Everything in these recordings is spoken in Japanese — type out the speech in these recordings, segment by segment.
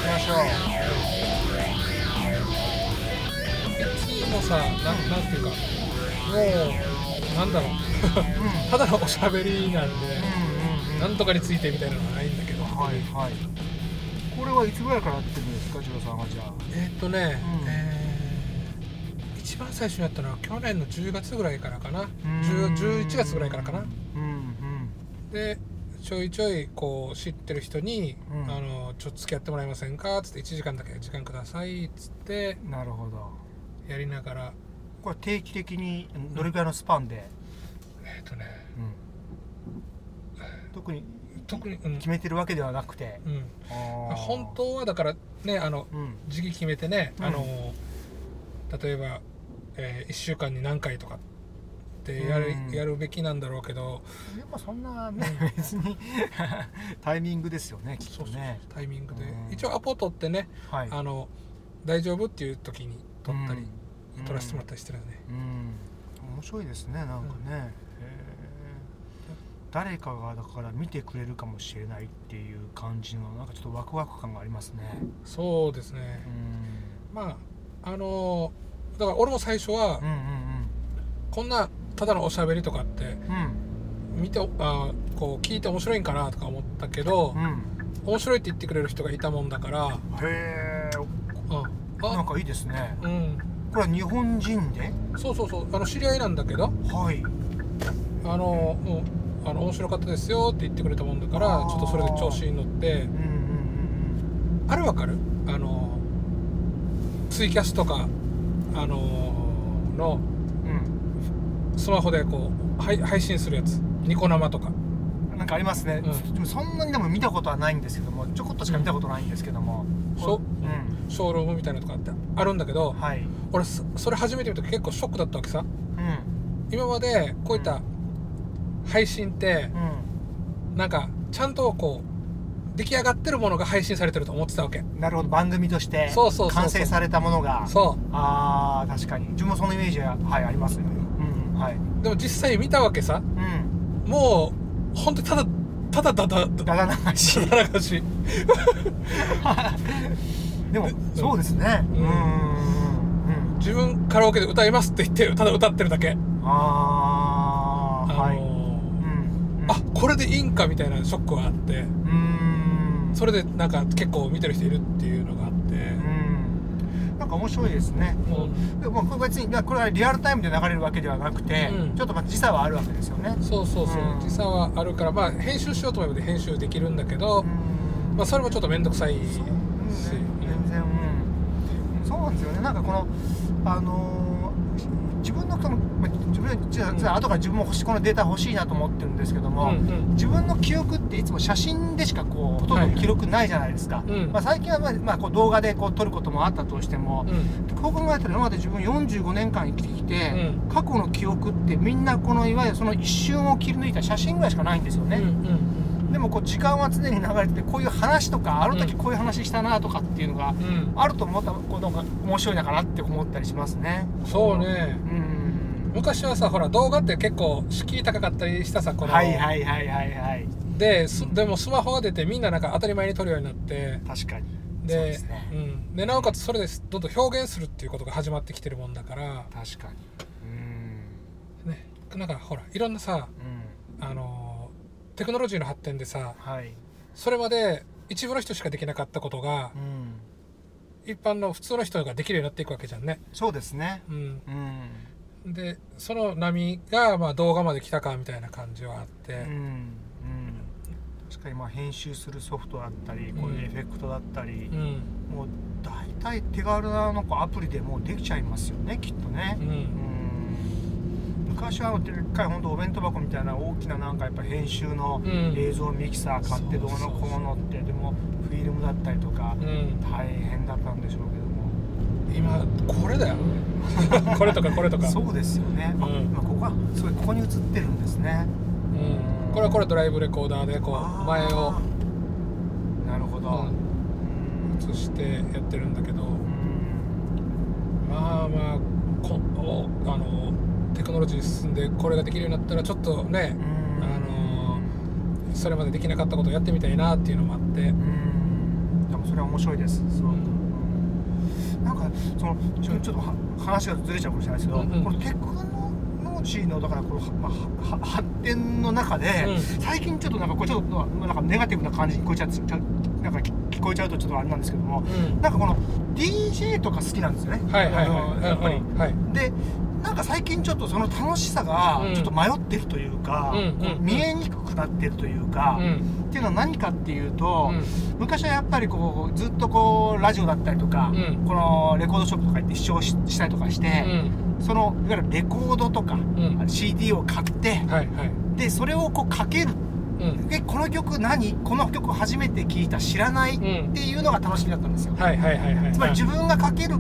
ましょう。 いつもさ、なんていうか、もうなんだろうただのおしゃべりなんで、なんとかについてみたいなのはないんだけど、 はいはい。これはいつぐらいからやってるんですか、ジローさんは。じゃあ一番最初にやったのは去年の10月ぐらいからかな、11月ぐらいからかな。でちょいちょいこう知ってる人に、ちょっと付き合ってもらえませんかっつって、1時間だけ時間くださいっつって、 なるほど。 やりながら、 これ定期的にどれくらいのスパンで、特に決めてるわけではなくて、 本当はだからね、時期決めてね、例えば、1週間に何回とかってやるべきなんだろうけど、 でもそんなね、別にタイミングですよね、きっとね。 タイミングで一応アポ取ってね、大丈夫っていう時に取ったり、取らせてもらったりしてるよね。 面白いですね、なんかね。誰かがだから見てくれるかもしれないっていう感じの、なんかちょっとワクワク感がありますね。 そうですね。まあだから俺も最初は、こんなただのおしゃべりとかって、見てこう聞いて面白いんかなとか思ったけど、面白いって言ってくれる人がいたもんだから、 へえ、なんかいいですね。これは日本人で？ そう知り合いなんだけど、面白かったですよって言ってくれたもんだから、ちょっとそれで調子に乗って、あれわかる？ツイキャスとかのスマホでこう配信するやつ、ニコ生とかなんかありますね。でもそんなにでも見たことはないんですけども、ちょこっとしか見たことないんですけども、 ショールームみたいなのとかってあるんだけど、俺それ初めて見た時結構ショックだったわけさ。今までこういった配信って、なんかちゃんとこう出来上がってるものが配信されてると思ってたわけ。 なるほど、番組として完成されたものが。確かに自分もそのイメージは、ありますよ。 でも実際見たわけさ。もう本当にただ流しでもそうですね。 自分カラオケで歌いますって言ってただ歌ってるだけ。これでいいんかみたいなショックがあって、それでなんか結構見てる人いるっていうのがあって、 なんか面白いですね。でもこれ別にこれはリアルタイムで流れるわけではなくて、ちょっと時差はあるわけですよね。 そう時差はあるから、編集しようと思えば編集できるんだけど、それもちょっと面倒くさいし、 全然そうなんですよね。なんかこの自分の後から自分もこのデータ欲しいなと思ってるんですけども、自分の記憶っていつも写真でしかほとんど記録ないじゃないですか。最近はこう動画で撮ることもあったとしても、こう考えたら今まで自分45年間生きてきて、過去の記憶ってみんないわゆるその一瞬を切り抜いた写真ぐらいしかないんですよね。でもこう時間は常に流れてて、こういう話とかあの時こういう話したなとかっていうのがあると思ったら、なんか面白いのかなって思ったりしますね。 そうね。昔はさ、ほら動画って結構敷居高かったりしたさ、このでもスマホが出てみんななんか当たり前に撮るようになって、 確かにでなおかつそれでどんどん表現するっていうことが始まってきてるもんだから、 確かにね、なんかほらいろんなさ、テクノロジーの発展でさ、それまで一部の人しかできなかったことが、一般の普通の人ができるようになっていくわけじゃんね。 そうですね。 でその波が動画まで来たかみたいな感じはあって、 確かに編集するソフトだったり、こういうエフェクトだったり、もう大体手軽なアプリでもうできちゃいますよね、きっとね。昔はでっかい本当お弁当箱みたいな大きななんかやっぱ編集の映像ミキサー買ってどうのこうのって、でもフィルムだったりとか大変だったんでしょうけども、 今これだよこれとかそうですよね。ここはすごい、ここに映ってるんですね。 これドライブレコーダーでこう前をなるほど映してやってるんだけど、テクノロジー進んでこれができるようになったらちょっとね、 うんそれまでできなかったことをやってみたいなっていうのもあって、 でもそれは面白いですすごく、なんかそのちょっと話がずれちゃうかもしれないですけど、このテクノロジーのだからこの、発展の中で、最近ちょっとなんかこれちょっとなんかネガティブな感じに聞こえちゃうなんか聞こえちゃうとちょっとあれなんですけども、なんかこの DJ とか好きなんですよね。やっぱり。でなんか最近ちょっとその楽しさがちょっと迷ってるというか、見えにくくなってるというか、っていうのは何かっていうと、昔はやっぱりこうずっとこうラジオだったりとか、このレコードショップとか行って視聴したりとかして、そのいわゆるレコードとか、CD を買って、でそれをこうかける。でこの曲この曲初めて聴いた知らないっていうのが楽しみだったんですよ。つまり自分が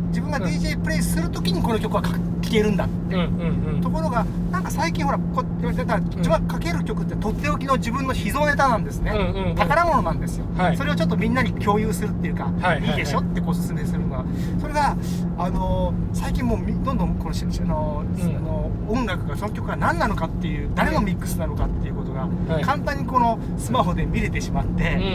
DJ プレイするときにこの曲は聴けるんだって、ところがなんか最近ほらだから自分がかける曲ってとっておきの自分の秘蔵ネタなんですね、宝物なんですよ、それをちょっとみんなに共有するっていうか、いいでしょっておすすめするのが、それが最近もうどんどんこの音楽がその曲が何なのかっていう誰のミックスなのかっていうことが簡単にこのスマホで見れてしまって、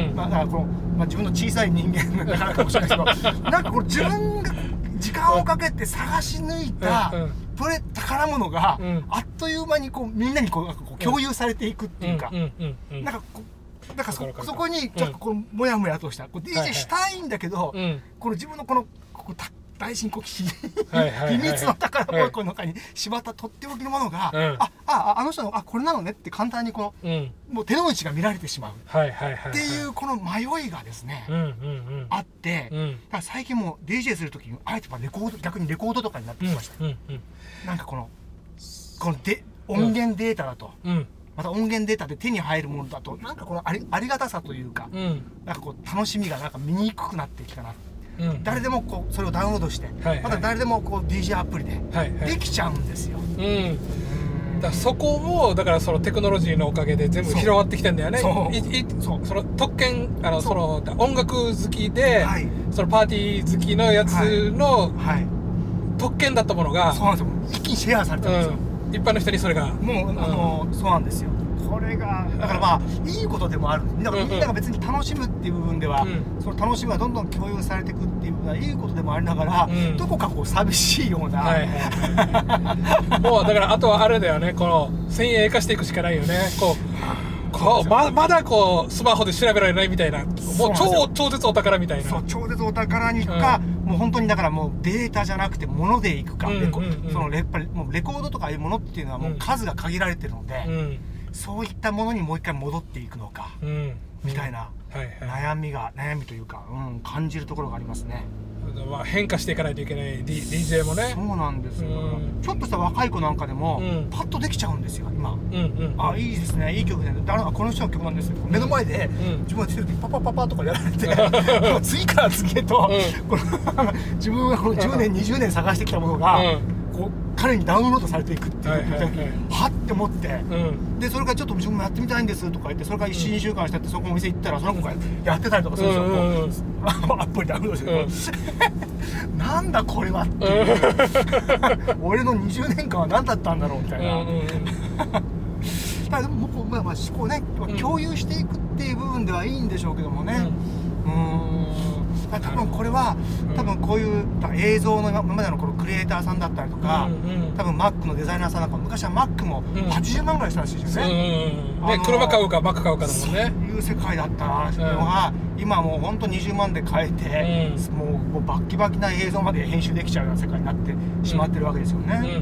だからこの、自分の小さい人間だからかもしれないですけどなんかこれ自分が時間をかけて探し抜いた宝物があっという間にこうみんなにこう共有されていくっていうか、なんかそこにちょっとこうモヤモヤとしたこう DJ したいんだけど、この自分のこの大深呼吸秘密の宝箱の中にしまったとっておきのものが、あの人のこれなのねって簡単にこの、もう手の内が見られてしまうっていうこの迷いがですね、あって、だから最近もう DJ する時にあえて逆にレコードとかになってきました、なんかこの音源データだと、また音源データで手に入るものだとなんかこのありがたさというか、なんかこう楽しみがなんか見にくくなってきたな。誰でもこうそれをダウンロードして、また誰でもこう DJ アプリでできちゃうんですよ。 だからそこもだからそのテクノロジーのおかげで全部広がってきてんだよね。その特権その音楽好きで、そのパーティー好きのやつの特権だったものが、 そうなんですよ。一気にシェアされたんですよ。 一般の人にそれがもうそうなんですよ。これがだからいいことでもある。だからみんなが別に楽しむっていう部分では、その楽しみがどんどん共有されていくっていうのはいいことでもありながら、どこかこう寂しいような、 もうだからあとはあれだよね、この先鋭化していくしかないよね。まだこうスマホで調べられないみたいな、もう超絶お宝みたいな。 そう、超絶お宝に行くか、もう本当にだからもうデータじゃなくて物で行くか、やっぱりもうレコードとかいうものっていうのはもう数が限られてるので、そういったものにもう一回戻っていくのか、みたいな悩みというか、感じるところがありますね。 変化していかないといけない DJ もね。 そうなんですよ。ちょっとした若い子なんかでもパッとできちゃうんですよ今。いいですね、いい曲で、この人の曲なんですよ。目の前で自分が出てる時パパパパとかやられて、次から次へと自分がこの10年20年探してきたものがこう彼にダウンロードされていくっていうはって思って、でそれからちょっと自分もやってみたいんですとか言って、それから1週2週間してってそこお店行ったらその子がやってたりとかするんですよ。アプリダウンロードしてなんだこれはっていう俺の20年間は何だったんだろうみたいな。ただでもこうね共有していくっていう部分ではいいんでしょうけどもね。多分これはこういう映像の今までのこのクリエイターさんだったりとか、多分 Mac のデザイナーさんなんか昔は Mac も80万ぐらいしたらしいですよね。 車買うか Mac 買うかだもんね。 そういう世界だったなっていうのが今もうほんと20万で買えて、もうバッキバキな映像まで編集できちゃうような世界になってしまってるわけですよね。こ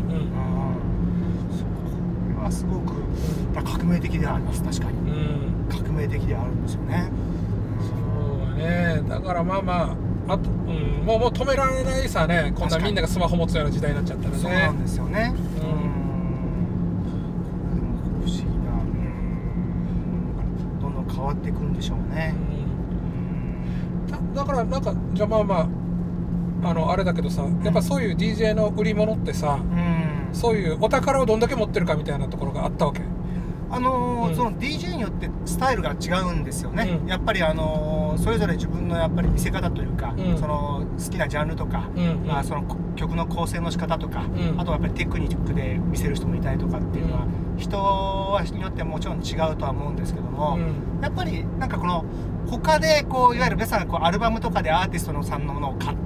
れはすごく革命的ではあります。確かに革命的ではあるんですよね。 だからもう止められないさね、こんなみんながスマホ持つような時代になっちゃったらね。 そうなんですよね。でも不思議な、どんどん変わっていくんでしょうね。 だからなんかじゃああれだけどさ、やっぱそういう DJ の売り物ってさ、そういうお宝をどんだけ持ってるかみたいなところがあったわけ。 その DJ によってスタイルが違うんですよね、やっぱりそれぞれ自分のやっぱり見せ方というか、その好きなジャンルとか、その曲の構成の仕方とか、あとはやっぱりテクニックで見せる人もいたりとかっていうのは、人によってもちろん違うとは思うんですけども、やっぱりなんかこの他でこういわゆる皆さんがこうアルバムとかでアーティストさんのものを買って、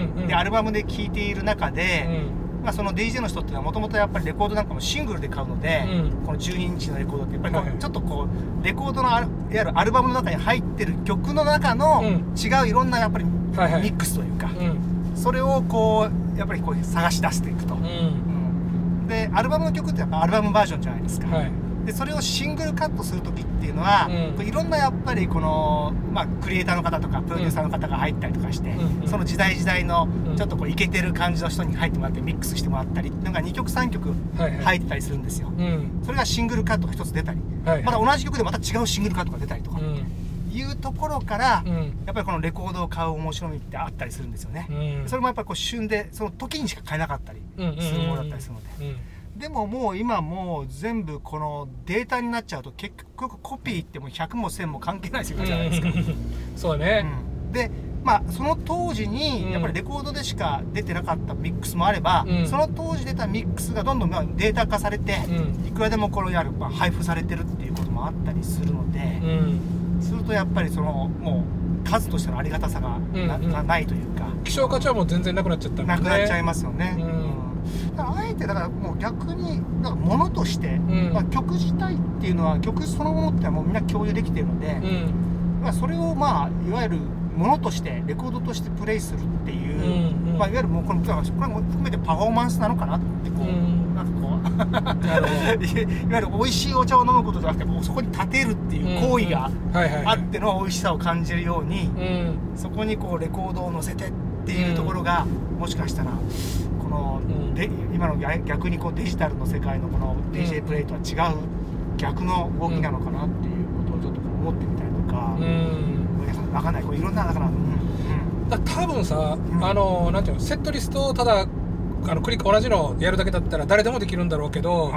でアルバムで聴いている中で、その DJ の人っていうのはもともとやっぱりレコードなんかもシングルで買うので、この12インチのレコードってやっぱりこう、ちょっとこうレコードのいわゆるアルバムの中に入ってる曲の中の違ういろんなやっぱりミックスというか、それをこうやっぱりこう探し出していくと、でアルバムの曲ってやっぱアルバムバージョンじゃないですか、でそれをシングルカットする時っていうのは、いろんなやっぱりこの、クリエイターの方とかプロデューサーの方が入ったりとかして、その時代時代のちょっとこうイケてる感じの人に入ってもらってミックスしてもらったりっていうのが2曲3曲入ってたりするんですよ、それがシングルカットが1つ出たり、また同じ曲でまた違うシングルカットが出たりとか、いうところから、やっぱりこのレコードを買う面白みってあったりするんですよね、それもやっぱりこう旬でその時にしか買えなかったりするものだったりするので、でももう今もう全部このデータになっちゃうと結局コピーってもう100も1000も関係ない世界じゃないですか、 そうね、 でその当時にやっぱりレコードでしか出てなかったミックスもあれば、その当時出たミックスがどんどんデータ化されて、いくらでもこれやる配布されてるっていうこともあったりするので、するとやっぱりそのもう数としてのありがたさがないというか、 希少価値はもう全然なくなっちゃったもんね。 なくなっちゃいますよね、だからあえてだからもう逆になんか物として、曲自体っていうのは曲そのものってのはもうみんな共有できているので、それをいわゆるものとしてレコードとしてプレイするっていう、いわゆるもうこれも含めてパフォーマンスなのかなってこうなんかこういわゆる美味しいお茶を飲むことじゃなくてもうそこに立てるっていう行為があっての美味しさを感じるように、そこにこうレコードを乗せてっていうところが、もしかしたらこの、今の逆にこうデジタルの世界のこの DJ プレイとは違う逆の動きなのかなっていうことをちょっと思ってみたりとか、分かんないこういろんなだから、 多分さ、なんていうのセットリストをただ同じのやるだけだったら誰でもできるんだろうけど、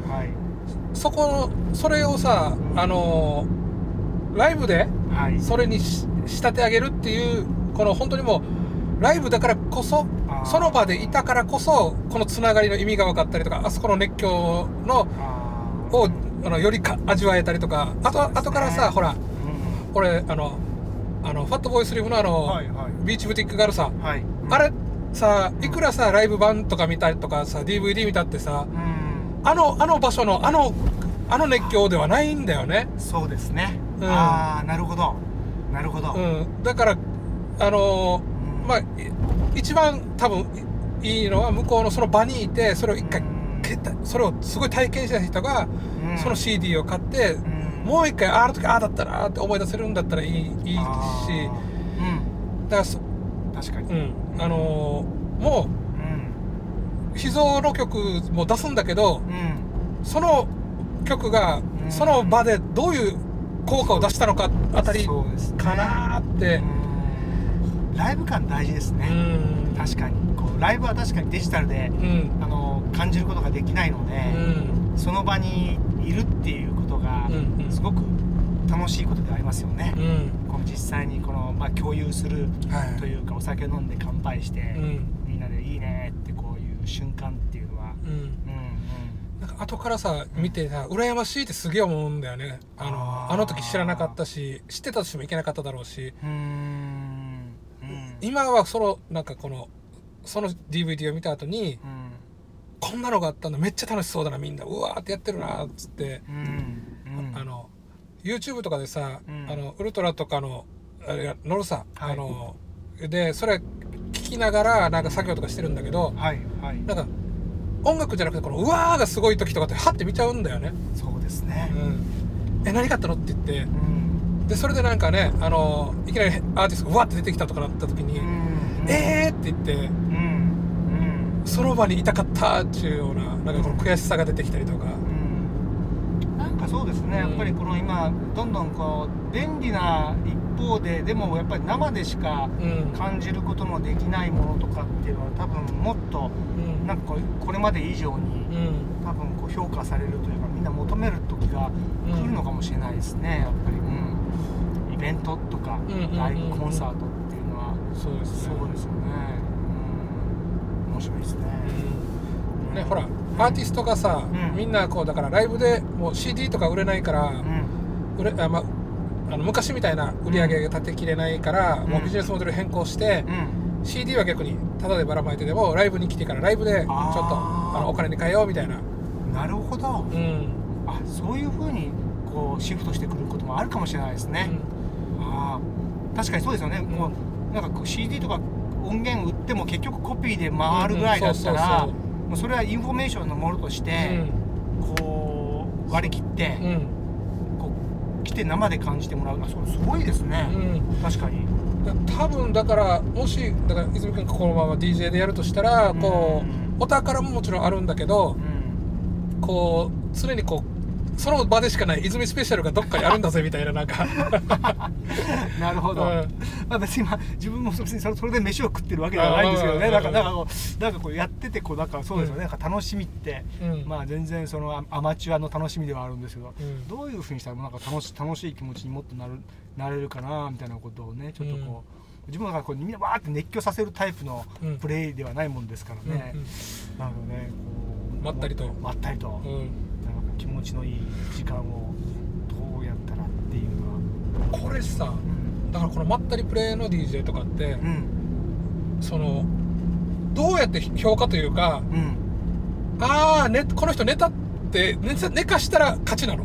それをさライブでそれに仕立て上げるっていうこの本当にもうライブだからこそその場でいたからこそこのつながりの意味が分かったりとか、あそこの熱狂のをより味わえたりとか、あとからさ、ほら、俺ファットボーイスリムのビーチブティックガールさ、あれさ、いくらさライブ版とか見たりとかさ DVD 見たってさ、あの場所のあの熱狂ではないんだよね。 そうですね、なるほどなるほど、 だから一番多分いいのは向こうのその場にいて、それを一回それをすごい体験した人が、その CD を買って、もう一回あの時ああだったなって思い出せるんだったらいいし、だから確かに、もう秘蔵の曲も出すんだけど、その曲がその場でどういう効果を出したのかあたりかなって。 ライブ感大事ですね、確かにこうライブは確かにデジタルで、感じることができないので、その場にいるっていうことがすごく楽しいことでありますよね、この実際にこの、共有するというか、お酒飲んで乾杯して、みんなでいいねってこういう瞬間っていうのは、 なんか後からさ見てさ羨ましいってすげえ思うんだよね。あの時知らなかったし、知ってたとしてもいけなかっただろうし、今はなんかその DVD を見た後に、こんなのがあったんだ、めっちゃ楽しそうだな、みんなうわーってやってるなっつって、YouTube とかでさ、ウルトラとかの乗るさ、でそれ聞きながらなんか作業とかしてるんだけど、なんか音楽じゃなくてこのうわーがすごい時とかってハッて見ちゃうんだよね。 そうですね、 何があったのって言って、でそれでなんかね、いきなりアーティストがうわって出てきたとかなった時に、って言って、その場にいたかったっていうような、なんかこの悔しさが出てきたりとか、 なんかそうですね、やっぱりこの今どんどんこう便利な一方ででもやっぱり生でしか感じることのできないものとかっていうのは多分もっとなんかこれまで以上に多分こう評価されるというかみんな求める時が来るのかもしれないですねやっぱり、イベントとかライブコンサートっていうのはそうですよね、 面白いですね、 ほらアーティストがさ、みんなこうだからライブでもう CD とか売れないから、昔みたいな売り上げが立てきれないから、もうビジネスモデル変更して、CD は逆にタダでばらまいてでもライブに来てからライブでちょっとお金に変えようみたいな。 なるほど、そういう風にこうシフトしてくることもあるかもしれないですね、確かにそうですよね、こうなんかこう CD とか音源売っても結局コピーで回るぐらいだったらもうそれはインフォメーションのものとして、こう割り切って、こう来て生で感じてもらう、それすごいですね、確かに多分だからもしだから泉君がこのまま DJ でやるとしたら、こうお宝ももちろんあるんだけど、こう常にこうその場でしかない泉スペシャルがどっかにあるんだぜみたいななんかなるほど、別に自分も別にそれで飯を食ってるわけではないんですけどね、なんかこうやっててこうなんかそうですよね、なんか楽しみって、全然そのアマチュアの楽しみではあるんですけど、どういうふうにしたらなんか楽しい気持ちにもっとなれるかなみたいなことをねちょっとこう、自分がこうみんなわーって熱狂させるタイプのプレイではないもんですからね、なのでねこうまったりと気持ちのいい時間をどうやったらっていうのはこれさ、だからこのまったりプレイの DJ とかって、そのどうやって評価というか、この人寝たって寝かしたら勝ちなの？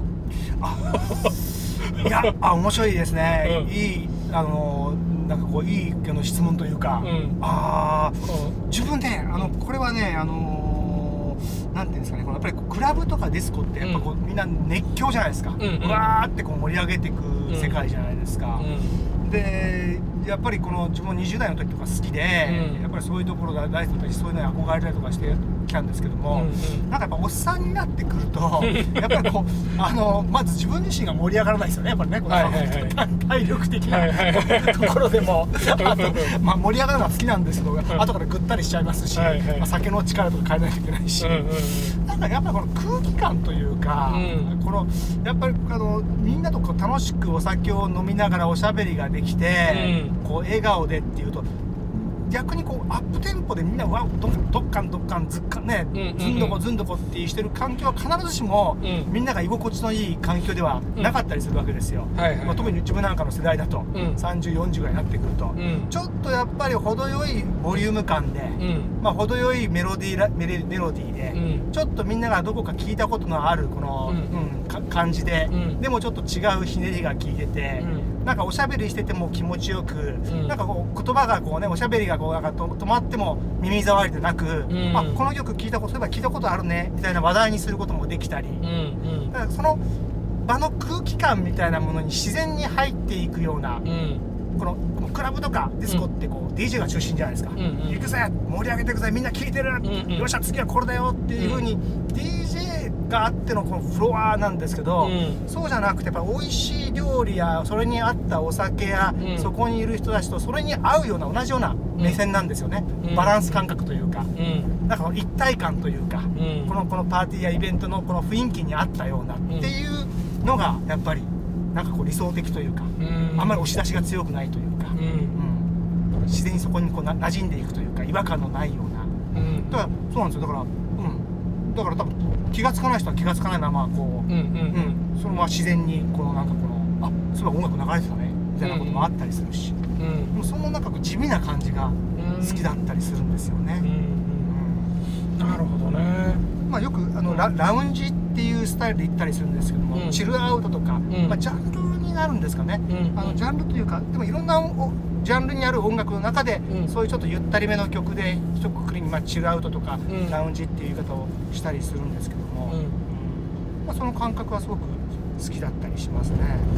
いや面白いですね、いいなんかこういい質問というか、自分ねこれはねなんていうんですかね、やっぱりクラブとかディスコってやっぱこう、みんな熱狂じゃないですか、わーってこう盛り上げていく世界じゃないですか、でやっぱりこの自分20代の時とか好きで、やっぱりそういうところが大好きだったりそういうのに憧れたりとかしてきたんですけども、なんかやっぱおっさんになってくるとやっぱりこうまず自分自身が盛り上がらないですよね、やっぱりね、この体力的なところでもあと、盛り上がるのは好きなんですけど、後からぐったりしちゃいますし、酒の力とか変えないといけないし、なんかやっぱりこの空気感というか、このやっぱりみんなとこう楽しくお酒を飲みながらおしゃべりができて、こう笑顔でっていうと逆にこうアップテンポでみんなどっかんずっかね、ずんどこってしてる環境は必ずしも、みんなが居心地のいい環境ではなかったりするわけですよ、特に自分なんかの世代だと、30、40ぐらいになってくると、ちょっとやっぱり程よいボリューム感で、程よいメロディーで、ちょっとみんながどこか聞いたことのあるこの、感じで、でもちょっと違うひねりが効いてて、なんかおしゃべりしてても気持ちよく、なんかこう言葉がこうねおしゃべりがこうなんか止まっても耳障りでなく、この曲聞いたことあるねみたいな話題にすることもできたり、だからその場の空気感みたいなものに自然に入っていくような、このクラブとかディスコってこう、DJ が中心じゃないですか、行くぜ盛り上げていくぜみんな聴いてる、よっしゃ次はこれだよっていう風に、DJ があってのこのフロアなんですけど、そうじゃなくてやっぱ美味しい料理やそれに合ったお酒や、そこにいる人たちとそれに合うような同じような目線なんですよね、バランス感覚というか、なんか一体感というか、このパーティーやイベントのこの雰囲気に合ったようなっていうのがやっぱりなんかこう理想的というか、あんまり押し出しが強くないというか、自然にそこにこう馴染んでいくというか違和感のないような、だからそうなんですよ、だから多分気が付かない人は気が付かないままこう、そのまま自然にこのなんかこのそういえば音楽流れてたねみたいなこともあったりするし、でもそのなんか地味な感じが好きだったりするんですよね。 なるほどね。 よくラウンジっていうスタイルで行ったりするんですけども、チルアウトとか、ジャンルになるんですかね、ジャンルというかでもいろんなジャンルにある音楽の中で、そういうちょっとゆったりめの曲で一括りにチルアウトとか、ラウンジっていう言い方をしたりするんですけども、その感覚はすごく好きだったりしますね。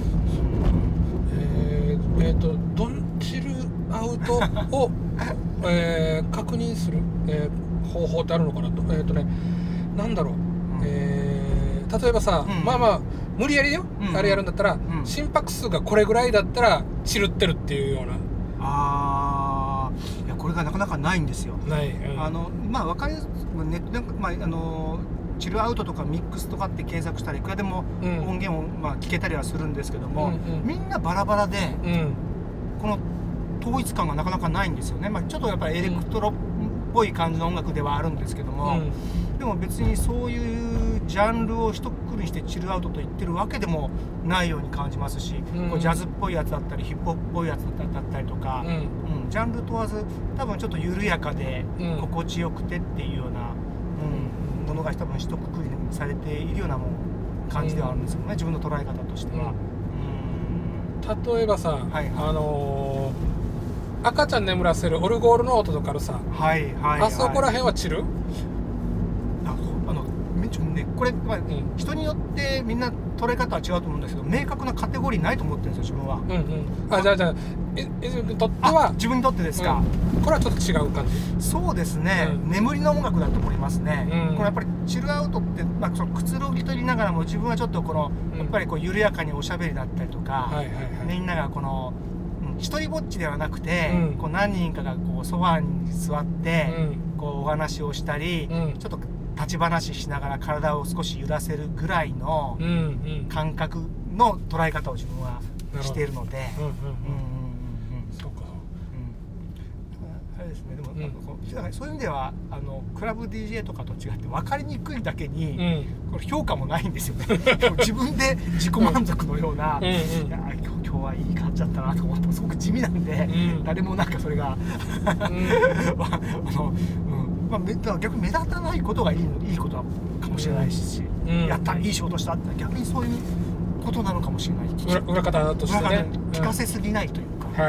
ドンチルアウトを、確認する、方法ってあるのかなと、なんだろう、 例えばさ、まあ無理やりよ、あれやるんだったら、心拍数がこれぐらいだったらチルってるっていうような。 いやこれがなかなかないんですよ。 ない、 分かりやすくチルアウトとかミックスとかって検索したらいくらでも音源を聞けたりはするんですけども、みんなバラバラで、この統一感がなかなかないんですよね。ちょっとやっぱりエレクトロっぽい感じの音楽ではあるんですけども、でも別にそういうジャンルを一括りにしてチルアウトと言ってるわけでもないように感じますし、こうジャズっぽいやつだったりヒップホップっぽいやつだったりとか、ジャンル問わず多分ちょっと緩やかで心地よくてっていうような、ものが多分一括りにされているような感じではあるんですよね、自分の捉え方としては。 例えばさ、赤ちゃん眠らせるオルゴールの音とかあるさ、あそこら辺はチル？ これ、人によってみんな捉え方は違うと思うんですけど、明確なカテゴリーないと思ってるんですよ、自分は。 じゃあ泉君にとっては自分にとってですか、 これはちょっと違う感じ？ そうですね、眠りの音楽だと思いますね。これやっぱりチルアウトって、そのくつろぎと言いながらも自分はちょっとこの、やっぱりこう緩やかにおしゃべりだったりとか、みんながこの一人ぼっちではなくて、こう何人かがこうソファに座って、こうお話をしたり、ちょっと立ち話しながら体を少し揺らせるぐらいの感覚の捉え方を自分はしているので、 そうか、 あれですね。でもそういう意味ではクラブ DJ とかと違って分かりにくいだけに、これ評価もないんですよね。自分で自己満足のような、今日はいい感じだったなと思ってすごく地味なんで、誰もなんかそれが逆に目立たないことがいいことかもしれないし、やったいい仕事したって逆にそういうことなのかもしれない。 裏方としてね、 聞かせすぎないというか。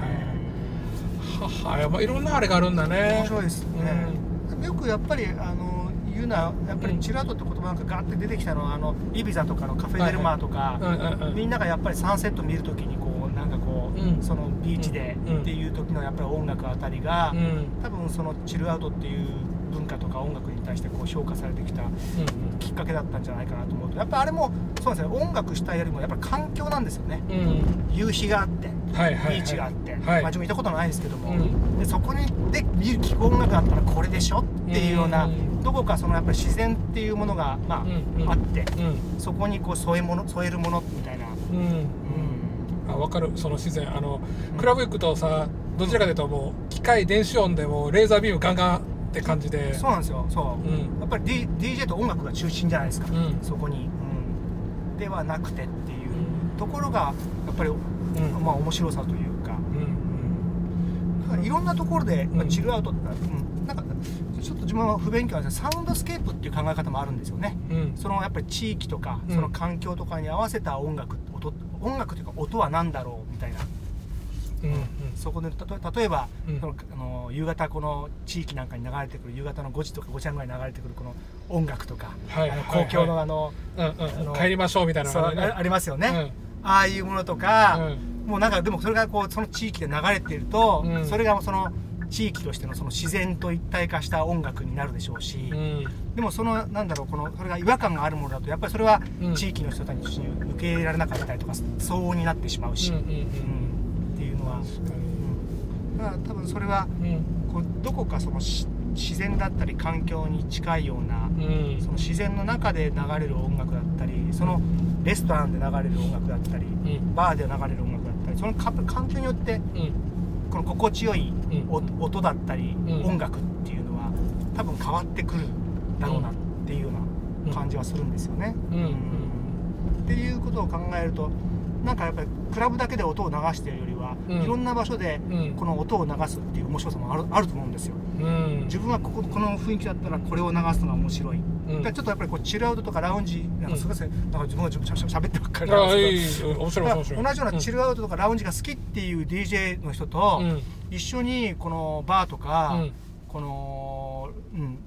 いろんなあれがあるんだね。 面白いですね。よくやっぱり言うのはやっぱりチルアウトって言葉なんかガーって出てきたのはイビザとかのカフェデルマーとか、みんながやっぱりサンセット見るときにこうなんかこう、そのビーチでっていう時のやっぱり音楽あたりが、多分そのチルアウトっていう文化とか音楽に対してこう評価されてきたきっかけだったんじゃないかなと思うと、やっぱあれもそうですね、音楽主体よりもやっぱり環境なんですよね。夕日があって、ビーチがあって、自分行ったことないですけども、でそこにで聴く音楽だったらこれでしょっていうような、どこかそのやっぱり自然っていうものがあって、そこにこう添えるものみたいな。 分かる、その自然。クラブ行くとさ、どちらかというともう機械電子音でもレーザービームガンガンって感じで。 そうなんですよ。そう、やっぱり、DJ と音楽が中心じゃないですか、そこに、ではなくてっていうところがやっぱり、面白さというか、いろんなところで、チルアウトって、なんかちょっと自分は不勉強なんですけど、サウンドスケープっていう考え方もあるんですよね。そのやっぱり地域とか、その環境とかに合わせた音楽というか音は何だろうみたいな。そこで例えば、夕方この地域なんかに流れてくる夕方の5時とか5時半ぐらいに流れてくるこの音楽とか、公共の帰りましょうみたいなのがありますよね。ああいうものとか、もうなんかでもそれがこうその地域で流れていると、それがその地域としてのその自然と一体化した音楽になるでしょうし、でもそのなんだろう、それが違和感があるものだとやっぱりそれは地域の人たちに受け入れられなかったりとか騒音になってしまうし、っていうのは、だから多分それはこうどこかその自然だったり環境に近いような、その自然の中で流れる音楽だったり、そのレストランで流れる音楽だったり、バーで流れる音楽だったり、その環境によって、この心地よい音だったり、音楽っていうのは多分変わってくるだろうなっていうような感じはするんですよね。っていうことを考えると、なんかやっぱりクラブだけで音を流しているよりは、いろんな場所でこの音を流すっていう面白さもあると思うんですよ。自分はこの雰囲気だったらこれを流すのが面白い。ちょっとやっぱりこうチルアウトとかラウンジなんかすごいですね、なんか自分がしゃべってばっかりなんですけど、同じようなチルアウトとかラウンジが好きっていう DJ の人と一緒にこのバーとか、この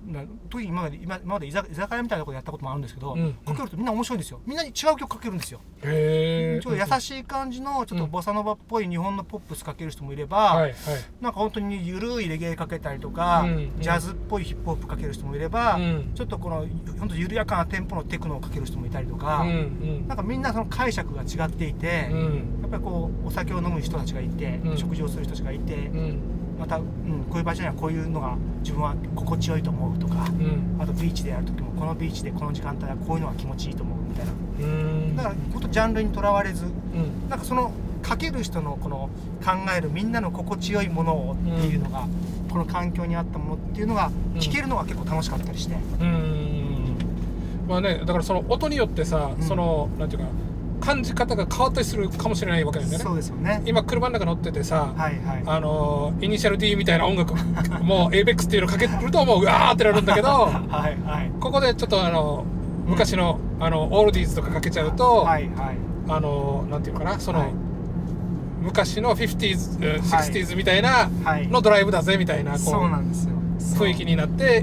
特に今まで居酒屋みたいなところでやったこともあるんですけど、かけるとみんな面白いんですよ。みんなに違う曲かけるんですよ。ちょっと優しい感じのちょっとボサノバっぽい日本のポップスかける人もいれば、なんか本当に緩いレゲエかけたりとか、ジャズっぽいヒップホップかける人もいれば、ちょっとこの本当緩やかなテンポのテクノをかける人もいたりとか、なんかみんなその解釈が違っていて、やっぱりこうお酒を飲む人たちがいて、食事をする人たちがいて、また、こういう場所にはこういうのが自分は心地よいと思うとか、あとビーチでやる時もこのビーチでこの時間帯はこういうのが気持ちいいと思うみたいな、だからほんとジャンルにとらわれず、なんかそのかける人のこの考えるみんなの心地よいものをっていうのが、この環境に合ったものっていうのが聞けるのが結構楽しかったりして、 まあね、だからその音によってさ、そのなんていうか感じ方が変わったりするかもしれないわけなんだよね。 そうですよね。 今車の中乗っててさ、イニシャル D みたいな音楽もう ABEX っていうのかけるともううわーってなるんだけどここでちょっと昔のオールディーズとかかけちゃうと、なんていうかな、その、昔の 50s、60s みたいなのドライブだぜみたいな、こうそうなんですよ、 雰囲気になって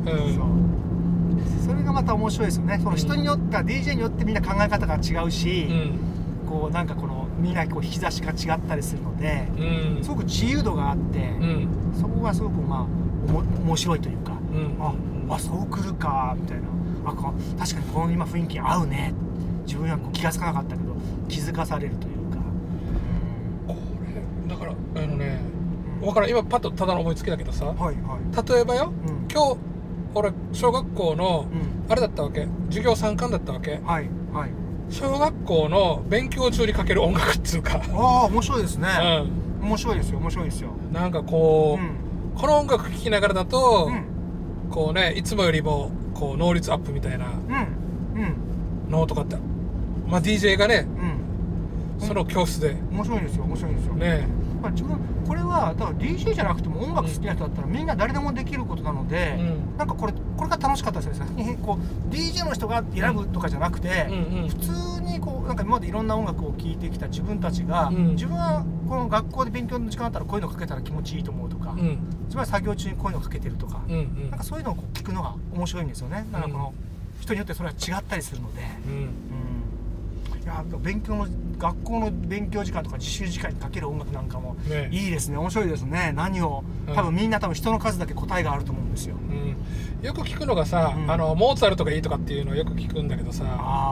それがまた面白いですよね。その人によって、DJ によってみんな考え方が違うし、こうなんかこのみんなこう引き出しが違ったりするので、すごく自由度があって、そこがすごくまあ面白いというか、あそう来るかみたいな、確かにこの今雰囲気合うね、自分はこう気が付かなかったけど気づかされるというか、 これだから分からん、今パッとただの思いつきだけどさ、例えばよ、今日俺小学校のあれだったわけ、授業参観だったわけ、小学校の勉強中にかける音楽っていうか、 面白いですね、面白いですよ、面白いですよ。 なんかこう、この音楽聴きながらだと、こうね、いつもよりもこう能率アップみたいなのとかって、まあ DJ がね、その教室で面白いですよ、面白いですよね。自分これはだから DJ じゃなくても音楽好きな人だったらみんな誰でもできることなので、なんかこれが楽しかったですね。こう DJ の人が選ぶとかじゃなくて、普通にこうなんか今までいろんな音楽を聴いてきた自分たちが、自分はこの学校で勉強の時間あったらこういうのかけたら気持ちいいと思うとか、つまり作業中にこういうのをかけてるとか、なんかそういうのを聞くのが面白いんですよね。なんかこの人によってそれは違ったりするので、いや学校の勉強時間とか自習時間にかける音楽なんかもいいですね、面白いですね。何を多分みんな人の数だけ答えがあると思うんですよ。よく聞くのがさ、モーツァルトがいいとかっていうのをよく聞くんだけどさ、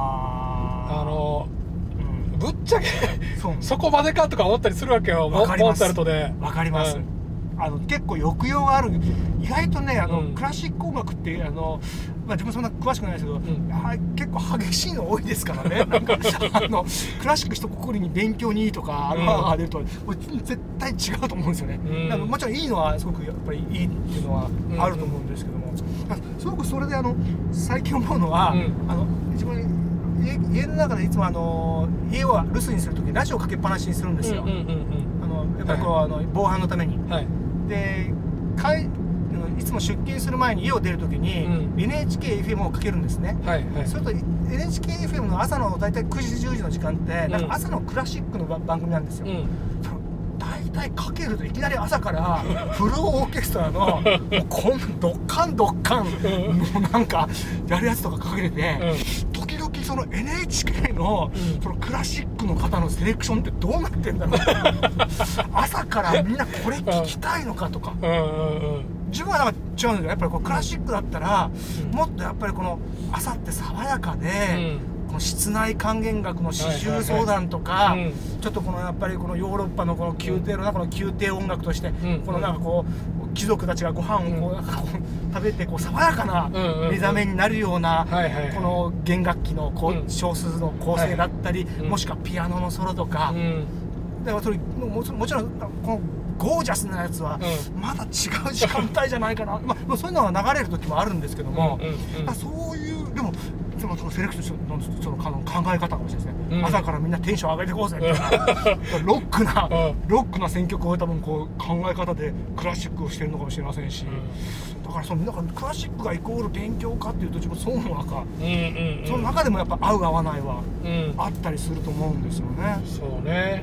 ぶっちゃけそこまでかとか思ったりするわけよ。モーツァルトでわかります。結構抑揚がある。意外とねクラシック音楽って自分そんな詳しくないですけど、結構激しいの多いですからね。なんかクラシック一括りに勉強にいいとかが出ると絶対違うと思うんですよね。もちろんいいのはすごくやっぱりいいっていうのはあると思うんですけども、すごくそれで最近思うのは、自分家の中でいつも家を留守にするときラジオかけっぱなしにするんですよ。やっぱりこう防犯のために。でいつも出勤する前に家を出るときに NHK-FM をかけるんですね。それと NHK-FM の朝の大体9時10時の時間ってなんか朝のクラシックの番組なんですよ。大体かけるといきなり朝からフルオーケストラのこんドッカンドッカンのなんかやるやつとかかけて、時々その NHK のそのクラシックの方のセレクションってどうなってんだろう朝からみんなこれ聞きたいのかとか、自分はなんか違うんだけど、やっぱりこうクラシックだったらもっとやっぱりこの朝って爽やかで、この室内管弦楽の四重奏団とか、ちょっとこのやっぱりこのヨーロッパのこの宮廷の中の宮廷音楽として、このなんかこう貴族たちがご飯をこう食べてこう爽やかな目覚めになるようなこの弦楽器の小数の構成だったり、もしくはピアノのソロとか、だからそれもちろんこのゴージャスなやつはまだ違う時間帯じゃないかな、そういうのは流れる時もあるんですけども、そういうでもそのセレクションのその考え方かもしれないですね。朝からみんなテンション上げていこうぜみたいなロックな選曲を多分こう考え方でクラシックをしてるのかもしれませんし、だからそのなんかクラシックがイコール勉強かっていうと自分そうもなんか、その中でもやっぱ合う合わないはあったりすると思うんですよね。 そうね。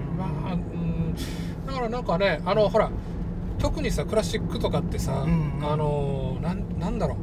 だからなんかねほら特にさクラシックとかってさ、なんだろ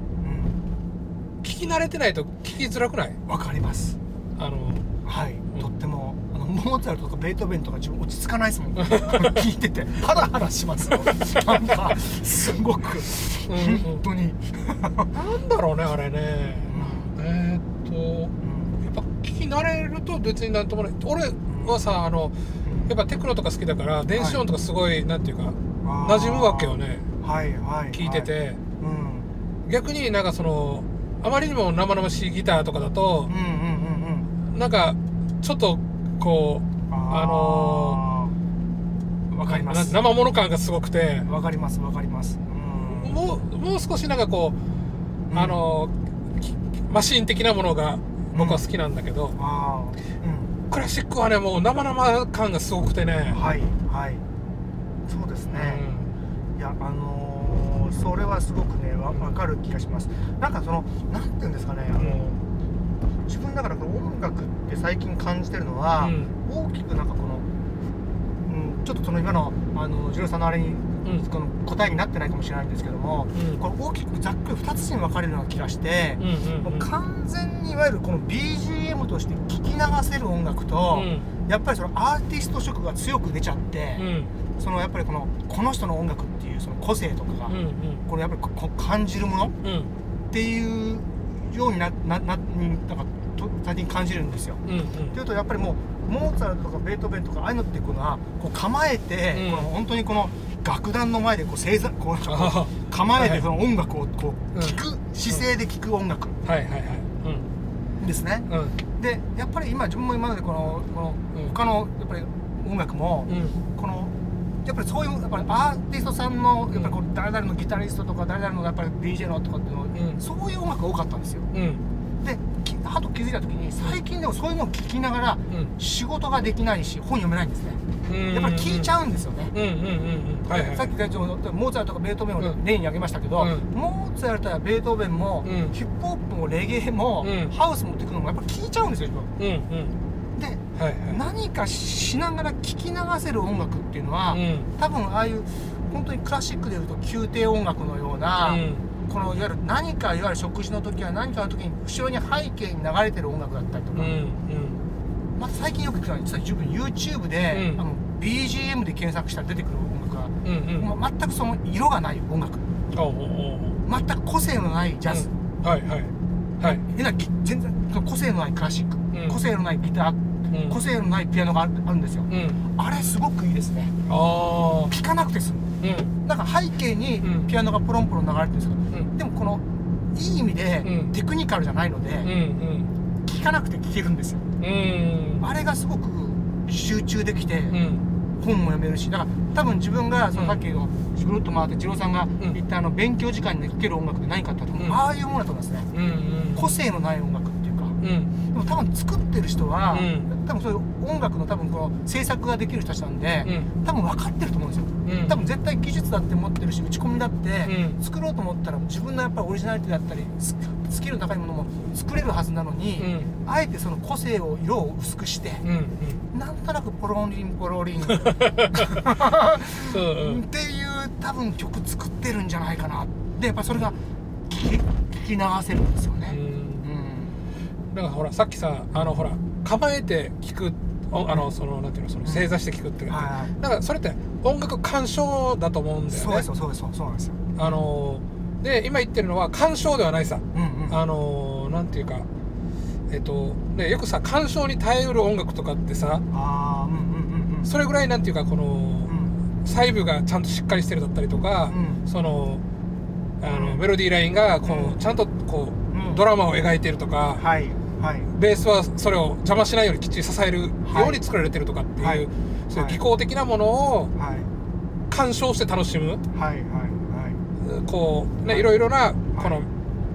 き慣れてないと聞きづらくない？ わかります。はい、とってもモーツァルトとかベートーベンとか自分落ち着かないですもん聞いててハラハラしますよなんかすごく本当になんだろうねあれね、やっぱ聞き慣れると別になんともない。俺はさやっぱテクノとか好きだから電子音とかすごい、なんていうか馴染むわけよね。聞いてて、逆になんかあまりにも生々しいギターとかだと、なんかちょっとこうわかります。 生物感がすごくて、 わかります。 もう少しなんかこう、マシーン的なものが僕は好きなんだけど、クラシックはねもう生々感がすごくてね。 そうですね、いやそれはすごくね分かる気がします。なんかなんていうんですかね、自分だからこの音楽って最近感じてるのは、大きくなんかちょっと今の次郎さんのあれに、この答えになってないかもしれないんですけども、これ大きくざっくり2つに分かれるような気がして、もう完全にいわゆるこの BGM として聴き流せる音楽と、やっぱりアーティスト色が強く出ちゃって、やっぱりこの人の音楽っていうその個性とかが、これやっぱり感じるもの、っていうようになんか最近感じるんですよ。というとやっぱりもうモーツァルトとかベートーベンとかああいうのってこう構えて、本当にこの楽団の前で構えてその音楽をこう聴く姿勢で聴く音楽ですね。でやっぱり自分も今までこの他のやっぱり音楽もやっぱりそういうやっぱりアーティストさんのやっぱり誰々のギタリストとか誰々のやっぱり DJ のとかっていうの、そういう音楽が多かったんですよ。であと気づいた時に最近でもそういうのを聞きながら仕事ができないし本読めないんですね。やっぱり聞いちゃうんですよね。さっき言ったモーツァルトとかベートーベンを例に挙げましたけど、モーツァルトやベートーベンもヒップホップもレゲエもハウス持ってくるのもやっぱり聞いちゃうんですよ自分。で、何かしながら聴き流せる音楽っていうのは、多分ああいう本当にクラシックでいうと宮廷音楽のような、このいわゆる食事の時や何かの時に後ろに背景に流れてる音楽だったりとか、また最近よく聞くのは実は自分 YouTube で、BGM で検索したら出てくる音楽は、全くその色がない音楽、全く個性のないジャズ、全然個性のないクラシック、個性のないギター、個性のないピアノがあるんですよ。あれすごくいいですね。聴かなくて済む。なんか背景にピアノがポロンポロン流れてるんですけど、でもこのいい意味でテクニカルじゃないので、聴かなくて聴けるんですよ。あれがすごく集中できて、本も読めるし、だから多分自分がさっきのぐるっと回って次郎さんが言った勉強時間に聴ける音楽って何かって言ったら、ああいうものだと思いますね。個性のない音楽っていうか、でも多分作ってる人は、多分そういう音楽の多分この制作ができる人たちなんで、多分分かってると思うんですよ。多分絶対技術だって持ってるし打ち込みだって、作ろうと思ったら自分のやっぱりオリジナリティだったりスキルの高いものも作れるはずなのに、あえてその個性を色を薄くして、なんとなくポロリンポロリンっていう多分曲作ってるんじゃないかな。でやっぱそれが聞き流せるんですよね。 だからほらさっきさほら構えて聴くなんていうの正座して聴くってだからそれって音楽鑑賞だと思うんだよね。 そうなんですよ。 で今言ってるのは鑑賞ではないさ。なんていうかよくさ鑑賞に耐えうる音楽とかってさ、それぐらいなんていうかこの細部がちゃんとしっかりしてるだったりとか、メロディーラインがこうちゃんとこうドラマを描いてるとか。ベースはそれを邪魔しないようにきっちり支えるように作られてるとかっていう、そういう技巧的なものを鑑賞して楽しむ、こうねいろいろなこの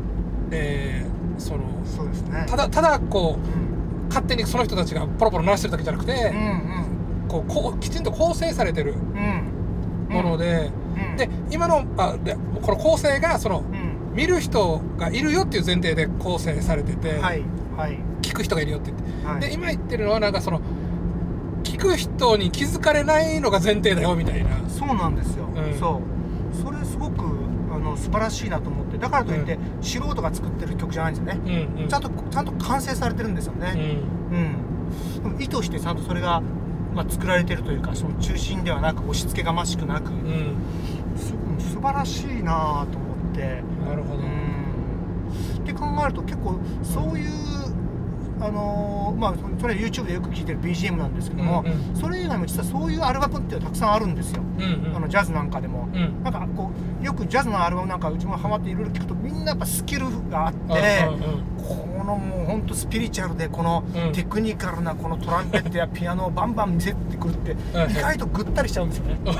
そうですね。 ただこう勝手にその人たちがポロポロ鳴らしてるだけじゃなくて、こうきちんと構成されてるもので、で今のこの構成が見る人がいるよっていう前提で構成されてて、聞く人がいるよって言って、で今言ってるのはなんか聞く人に気づかれないのが前提だよみたいな。 そうなんですよ。それすごく素晴らしいなと思ってってだからといって、素人が作ってる曲じゃないんですよね、ちゃんと完成されてるんですよね、意図してちゃんとそれが、作られてるというか、その中心ではなく押し付けがましくなく、素晴らしいなと思って。 なるほど。 って考えると結構そういう、それは YouTube でよく聴いてる BGM なんですけども、それ以外も実はそういうアルバムってたくさんあるんですよ、ジャズなんかでも、なんかこうよくジャズのアルバムなんかうちもハマっていろいろ聞くと、みんなやっぱスキルがあって、このもうほんとスピリチュアルでこのテクニカルなこのトランペットやピアノをバンバン見せてくるって意外とぐったりしちゃうんですよね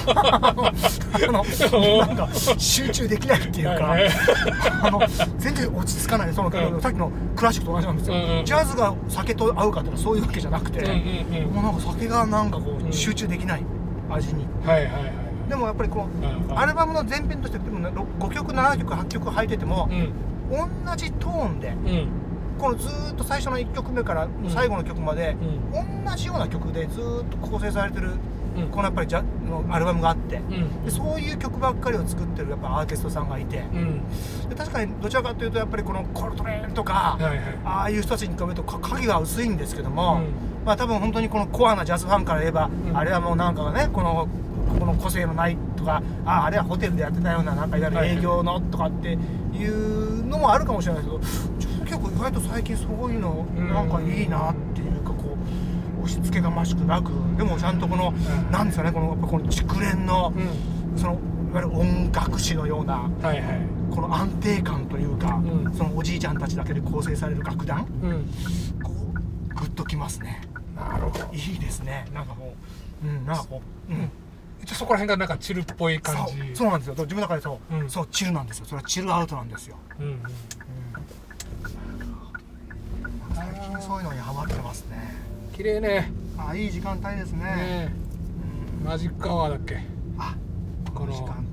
なんか集中できないっていうか全然落ち着かない、そのさっきのクラシックと同じなんですよ、ジャズが酒と合うかっていうのはそういうわけじゃなくて、もうなんか酒がなんかこう集中できない味に、でもやっぱりこのアルバムの前編としてでも5曲7曲8曲入ってても、同じトーンで、このずーっと最初の1曲目から最後の曲まで、同じような曲でずーっと構成されてる、このやっぱりのアルバムがあって、でそういう曲ばっかりを作ってるやっぱアーティストさんがいて、で確かにどちらかというとやっぱりこのコルトレーンとか、ああいう人たちに比べると影が薄いんですけども、多分本当にこのコアなジャズファンから言えば、あれはもうなんかがねこの個性のないとか、あれはホテルでやってたようななんかいわゆる営業のとかっていうのもあるかもしれないけど、結構意外と最近そういうのなんかいいなっていうか、こう押し付けがましくなく、でもちゃんとこのなんですかね、このやっぱこの熟練のそのいわゆる音楽史のようなこの安定感というか、そのおじいちゃんたちだけで構成される楽団、こうグッときますね。 なるほど。 いいですね。なんかもうなんかこう一応そこら辺がなんかチルっぽい感じ。 そうなんですよ。自分の中でそうチルなんですよ。それはチルアウトなんですよ。最近そういうのにハマってますね。 綺麗ね。 いい時間帯ですね。 マジックアワーだっけ。 この時間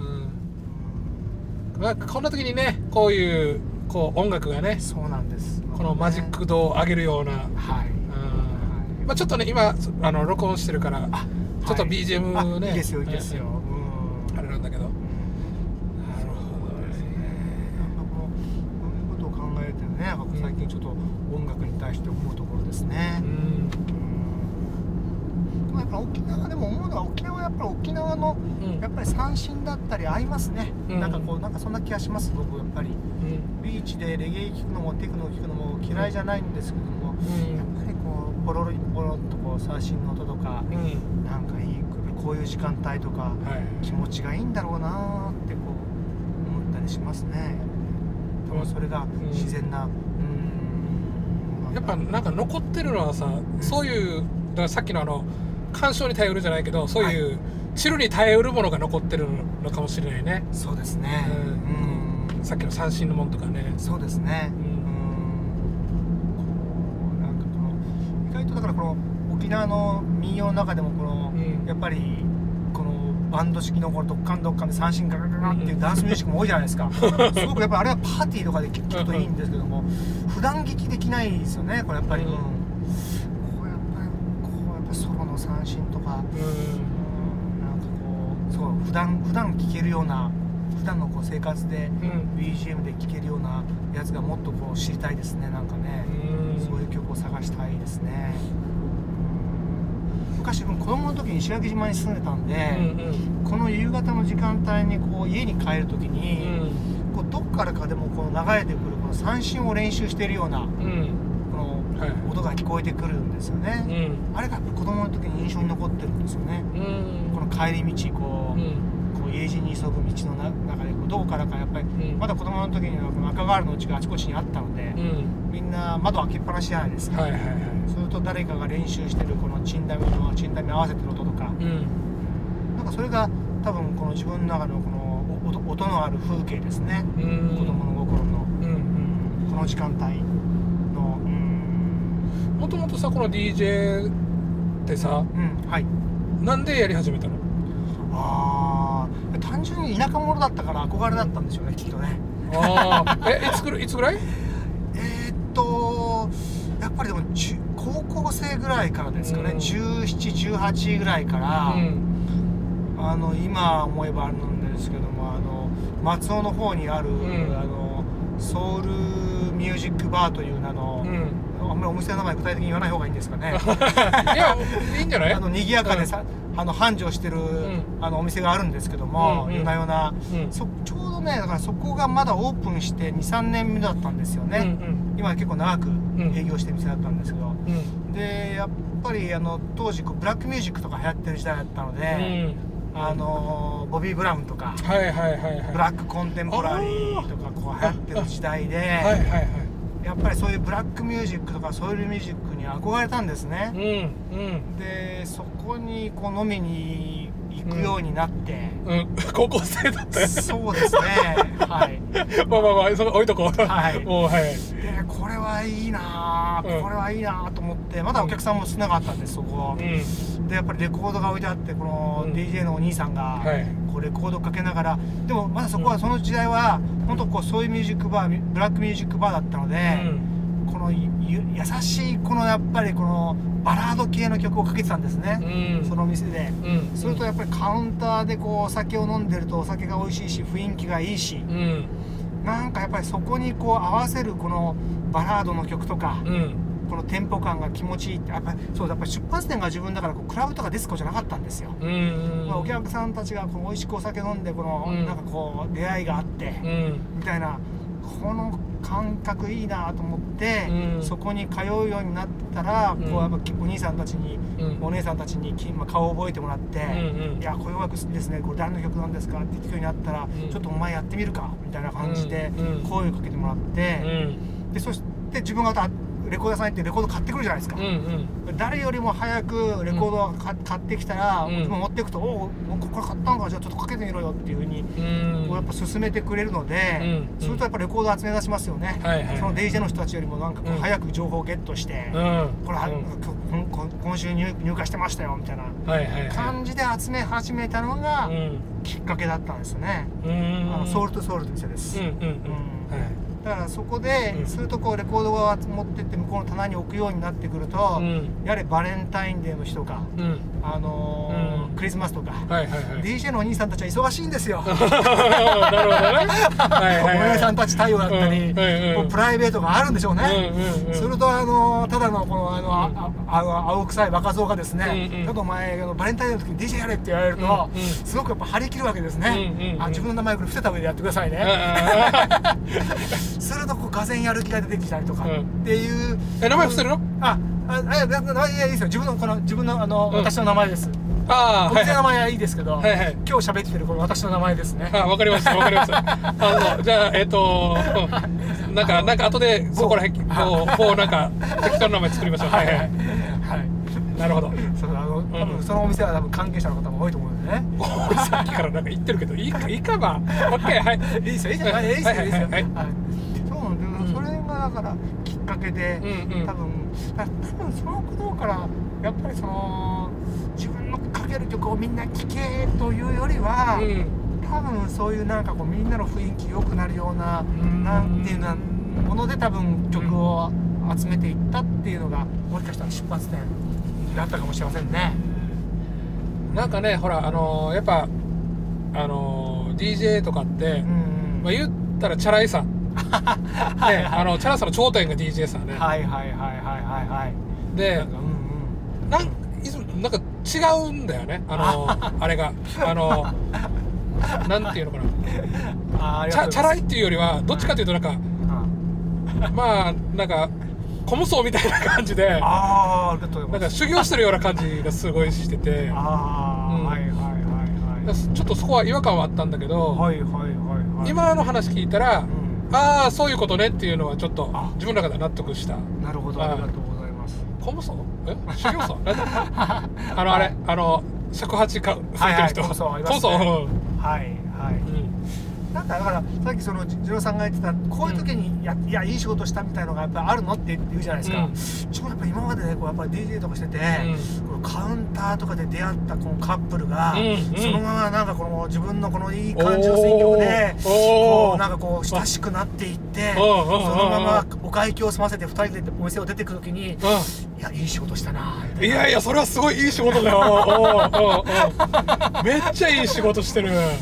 帯。こんな時にね、こういう音楽がね。 そうなんです。 このマジック度を上げるような。ちょっとね今録音してるから。ちょっと BGM ね、 いいですよいいですよ、 あれなんだけど、なるほどですね。 なんかこういうことを考えてね、最近ちょっと音楽に対して思うところですね。やっぱ沖縄でも思うのは、沖縄はやっぱり沖縄のやっぱり三線だったり合いますね。なんかそんな気がします。僕やっぱりビーチでレゲエ聴くのもテクノ聴くのも嫌いじゃないんですけども、やっぱりこうポロロポロッとこう三線の音とか、なんかいいこういう時間帯とか、気持ちがいいんだろうなってこう思ったりしますね。多分それが自然な、 やっぱなんか残ってるのはさ、そういうだからさっきの鑑賞に頼るじゃないけど、そういうチルに頼るものが残ってるのかもしれないね。 そうですね。 さっきの三振のもんとかね。 そうですね。なんか意外とだからこの沖縄の民謡の中でもやっぱりこのバンド式のドッカンドッカンで三振ガガガガっていうダンスミュージックも多いじゃないですか。すごくやっぱあれはパーティーとかで聴くといいんですけども、普段聴きできないですよね。これやっぱりソロの三振とか、なんかこうそう普段聴けるような、普段の生活で BGM で聴けるようなやつがもっと知りたいですね。なんかね、そういう曲を探したいですね。昔子供の時に石垣島に住んでたんで、この夕方の時間帯に家に帰る時に、どっからかでも流れてくるこの三振を練習しているような、音が聞こえてくるんですよね。あれが子供の時に印象に残ってるんですよね。この帰り道家路に急ぐ道の中でどこからかやっぱり、まだ子供の時にはこの赤瓦のうちがあちこちにあったので、みんな窓開けっぱなしじゃないですか。それと誰かが練習してるこのチンダミ合わせてる音とか、なんかそれが多分この自分の中のこの音のある風景ですね。子供の心のこの時間帯の。 もともとさ、この DJ ってさ、なんでやり始めたの？ 単純に田舎者だったから憧れだったんでしょうね、きっとね。 いつぐらい？ やっぱりでも高校生ぐらいからですかね。17、18ぐらいから、今思えばあるんですけども、 松尾の方にある、ソウルミュージックバーという名の、あんまりお店の名前具体的に言わない方がいいんですかね。 いやいいんじゃない？ 賑やかでさ、繁盛してる、お店があるんですけども、夜な夜な、ちょうどね、だからそこがまだオープンして 2,3 年目だったんですよね。今結構長く営業してる店だったんですけど、でやっぱり当時ブラックミュージックとか流行ってる時代だったので、ボビー・ブラウンとか、ブラックコンテンポラリーとかこう流行ってる時代で、やっぱりそういうブラックミュージックとかソウルミュージックに憧れたんですね。でそこにこう飲みに行くようになって、 高校生だったよ。 そうですね。はい。 まあその置いとこう。 はい。 もうはい。 でこれはいいな、これはいいなと思って、まだお客さんも少なかったんですそこ。でやっぱりレコードが置いてあって、この DJ のお兄さんがこうレコードかけながら、でもまだそこはその時代は本当こうそういうミュージックバー、ブラックミュージックバーだったので、この優しいこのやっぱりこのバラード系の曲をかけてたんですね、その店で。それとやっぱりカウンターでこうお酒を飲んでるとお酒が美味しいし雰囲気がいいし、なんかやっぱりそこにこう合わせるこのバラードの曲とか、このテンポ感が気持ちいいって、やっぱりそう、やっぱり出発点が自分だからこうクラブとかディスコじゃなかったんですよ。お客さんたちがこの美味しくお酒飲んでこの、なんかこう出会いがあって、みたいなこの感覚いいなと思って、そこに通うようになったら、こうやっぱお兄さんたちに、お姉さんたちに顔を覚えてもらって、いやこういう音楽好きですね、これ誰の曲なんですかって聞くようになったら、ちょっとお前やってみるかみたいな感じで声をかけてもらって、でそして自分がレコード屋さん行ってレコード買ってくるじゃないですか。誰よりも早くレコードを買ってきたら、自分持っていくと、おこれ買ったんか、じゃあちょっとかけてみろよっていうふうにこうやっぱ勧めてくれるので、それとやっぱレコード集め出しますよね。その DJ の人たちよりもなんかこう早く情報をゲットして、これ今週入荷してましたよみたいな感じで集め始めたのがきっかけだったんですね。ソウルとソウルという店です。だからそこで、するとこうレコードを持ってって向こうの棚に置くようになってくると、やはりバレンタインデーの日とか、クリスマスとか、DJ のお兄さんたちは忙しいんですよ。なるほどね。お姉さんたち対応だったり、プライベートがあるんでしょうね。するとただのこの青臭い若造がですね、ちょっとお前バレンタインデーの時に DJ やれって言われると、すごくやっぱ張り切るわけですね。自分の名前を伏せた上でやってくださいね。するとこうがぜんやる気が出てきたりとかっていう。 名前伏せるの？ 名前いいですよ。自分の私の名前です。お店の名前はいいですけど、今日喋ってるこの私の名前ですね。 わかりました。じゃあなんか後でそこら辺こうなんか適当な名前作りましょう。なるほど。 多分そのお店は多分関係者の方も多いと思うんでね。 さっきからなんか言ってるけどいいかば。オッケー、はい。 いいですよ、いいですよ、いいですよ、いいですよ。そうなんで、それがだからきっかけで、多分その頃からやっぱりその自分のかける曲をみんな聴けというよりは、多分そういうなんかこうみんなの雰囲気良くなるようななんていうなもので多分曲を集めていったっていうのがもしかしたら出発点だったかもしれませんね。 なんかね、ほらやっぱDJ とかって、言ったらチャラいさんチャラさの頂点が DJ さんね。で、なんか違うんだよね、あれがなんていうのかな、チャラいっていうよりはどっちかというとなんかまあなんかコムソみたいな感じで、なんか修行してるような感じがすごいしてて、ちょっとそこは違和感はあったんだけど、今の話聞いたら、ああそういうことねっていうのはちょっと自分の中で納得した。 なるほど、ありがとうございます。 コムソ？修行僧？あれ尺八か吹いてる人。コムソ。なんかだからさっきその次郎さんが言ってたこういう時にいやいい仕事したみたいなのがやっぱりあるのって言うじゃないですか。ちょっとやっぱ今までねこうやっぱり DJ とかしてて、このカウンターとかで出会ったこのカップルが、そのままなんかこの自分のこのいい感じの選曲でこうなんかこう親しくなっていって、そのままお会計を済ませて2人でお店を出てくる時に、いやいい仕事したなみたいな。 いやそれはすごいいい仕事だよ。めっちゃいい仕事してる。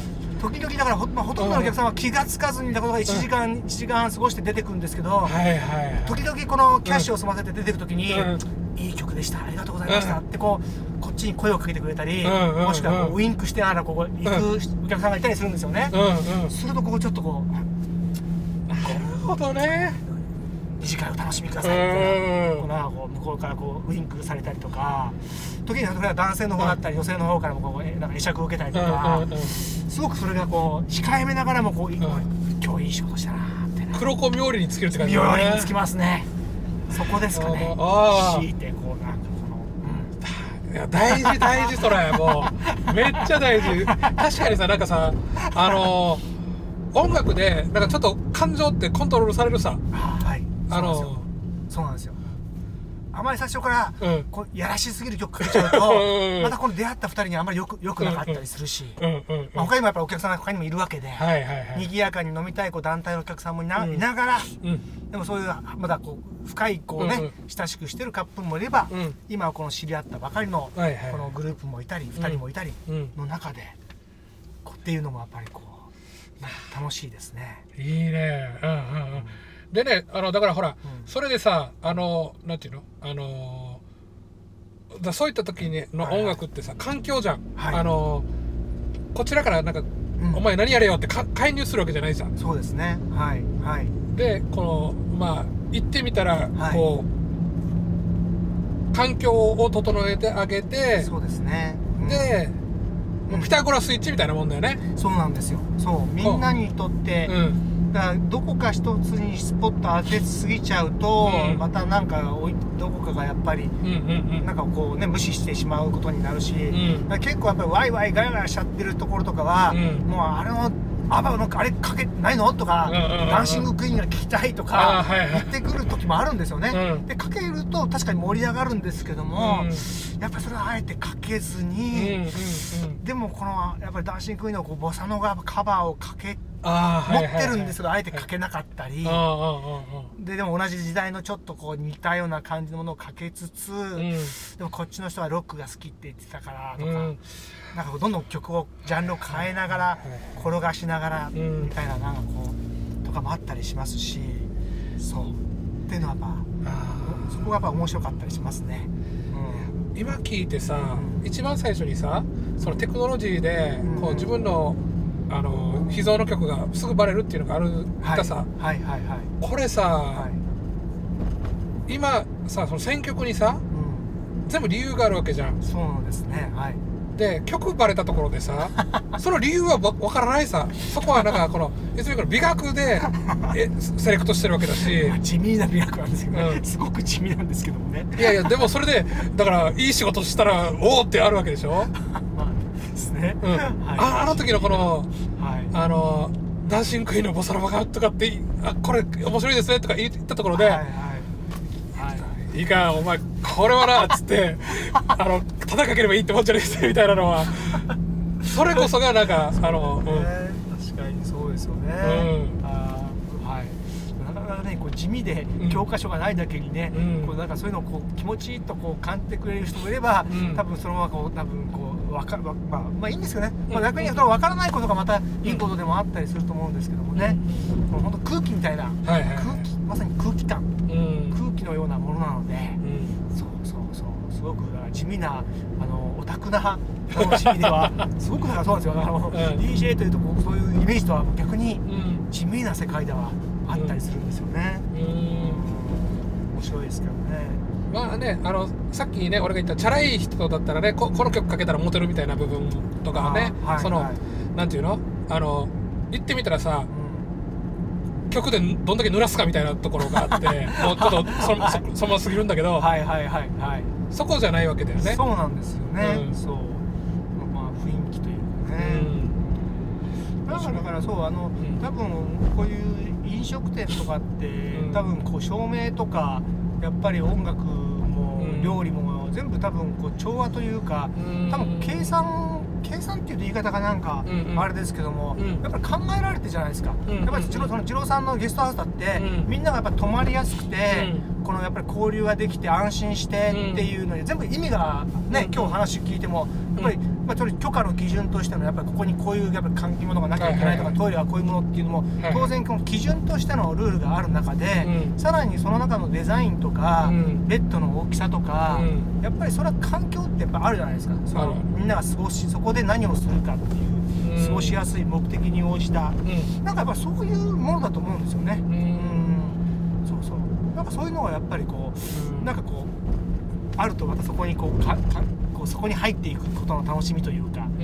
時々だからほとんどのお客さんは気がつかずにいたことが1時間半過ごして出てくるんですけど、時々このキャッシュを済ませて出てくる時に、いい曲でした、ありがとうございましたってこっちに声をかけてくれたり、もしくはウインクしてながらここ行くお客さんがいたりするんですよね。するとちょっとなるほどね、 2次会を楽しみくださいって向こうからウインクされたりとか、時にそれは男性の方だったり女性の方からもなんか会釈を受けたりとか、すごくそれが控えめながらも今日いい仕事したなみたいな。 黒子冥利につけるって感じ冥利につきますね。そこですかね。強いてなんかいや大事それもうめっちゃ大事。確かにさ、なんかさ音楽でなんかちょっと感情ってコントロールされるさ。 はい。そうなんですよ。あまり最初からやらしすぎる曲かけちゃうとまたこの出会った2人にあんまりよくなかったりするし、他にもやっぱりお客さんが他にもいるわけで、賑やかに飲みたい団体のお客さんもいながら、でもそういうまだ深い親しくしてるカップルもいれば、今はこの知り合ったばかりのこのグループもいたり2人もいたりの中でっていうのもやっぱり楽しいですね。 いいね。でね、だからほら、それでさ、なんていうの、そういった時の音楽ってさ、環境じゃん。こちらからなんか、お前何やれよって介入するわけじゃないじゃん。 そうですね。 で、行ってみたら、環境を整えてあげて、 そうですね。 で、ピタゴラスイッチみたいなもんだよね。 そうなんですよ。みんなにとって、だからどこか一つにスポット当てすぎちゃうと、またなんかどこかがやっぱりなんか無視してしまうことになるし、結構やっぱりワイワイガヤガヤしちゃってるところとかは、もうあれのあれかけないのとか、ダンシングクイーンが聞きたいとか言ってくる時もあるんですよね。でかけると確かに盛り上がるんですけども、やっぱりそれはあえてかけずに、でもやっぱりダンシングクイーンのボサノバカバーを持ってるんですけど、あえてかけなかったりでも同じ時代のちょっと似たような感じのものをかけつつ、でもこっちの人はロックが好きって言ってたからとか、なんかどんどん曲をジャンルを変えながら転がしながらみたいな、なんかとかもあったりしますし、そうっていうのはそこがやっぱ面白かったりしますね。 今聞いてさ、一番最初にさ、そのテクノロジーで自分の秘蔵の曲がすぐバレるっていうのがあるかさ、これさ、今さ、その選曲にさ、全部理由があるわけじゃん。 そうなんですね。 で、曲バレたところでさ、その理由はわからないさ。そこはなんか美学でセレクトしてるわけだし、 地味な美学なんですけど、すごく地味なんですけどもね。 いやでもそれでだからいい仕事したらおおってあるわけでしょ。 ですね。 あの時のダンシングクイーンのボサノバとかってこれ面白いですねとか言ったところで、いいかお前これはなっつって叩かければいいってもんじゃないですみたいなのは、それこそがなんか確かにそうですよね。なかなかね地味で教科書がないだけにね、なんかそういうのを気持ちいいと感じてくれる人もいれば、多分そのままいいんですよね。逆に分からないことがまたいいことでもあったりすると思うんですけどもね、本当空気みたいな、まさに空気感、空気のようなものなので、すごく地味なオタクな楽しみではすごくそうなんですよ。DJ というとそういうイメージとは逆に地味な世界ではあったりするんですよね。面白いですけどね。 さっきね俺が言ったチャラい人だったらね、この曲かけたらモテるみたいな部分とかはね、なんていうの言ってみたらさ、曲でどんだけ濡らすかみたいなところがあってもうちょっとそのまますぎるんだけど、そこじゃないわけだよね。 そうなんですよね。雰囲気というかね。だから多分こういう飲食店とかって多分照明とかやっぱり音楽も料理も全部多分調和というか、多分計算っていう言い方がなんかあれですけども、やっぱり考えられてるじゃないですか。やっぱり二郎さんのゲストハウスだってみんながやっぱ泊まりやすくて、やっぱり交流ができて安心してっていうのに全部意味がね、今日話聞いてもやっぱりまあ、それ許可の基準としてのやっぱりここにこういうやっぱり換気物がなきゃいけないとか、トイレはこういうものっていうのも当然この基準としてのルールがある中で、さらにその中のデザインとか、ベッドの大きさとか、やっぱりそれは環境ってやっぱあるじゃないですか。そのみんながそこで何をするかっていう過ごしやすい目的に応じた、なんかやっぱそういうものだと思うんですよね。そうそう、なんかそういうのがやっぱりこう、なんかこうあるとまたそこにこうそこに入っていくことの楽しみというか、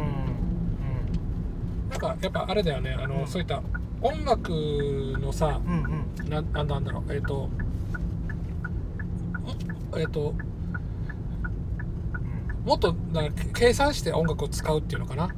なんかやっぱあれだよね、そういった音楽のさ、なんだろう、もっと計算して音楽を使うっていうのかな、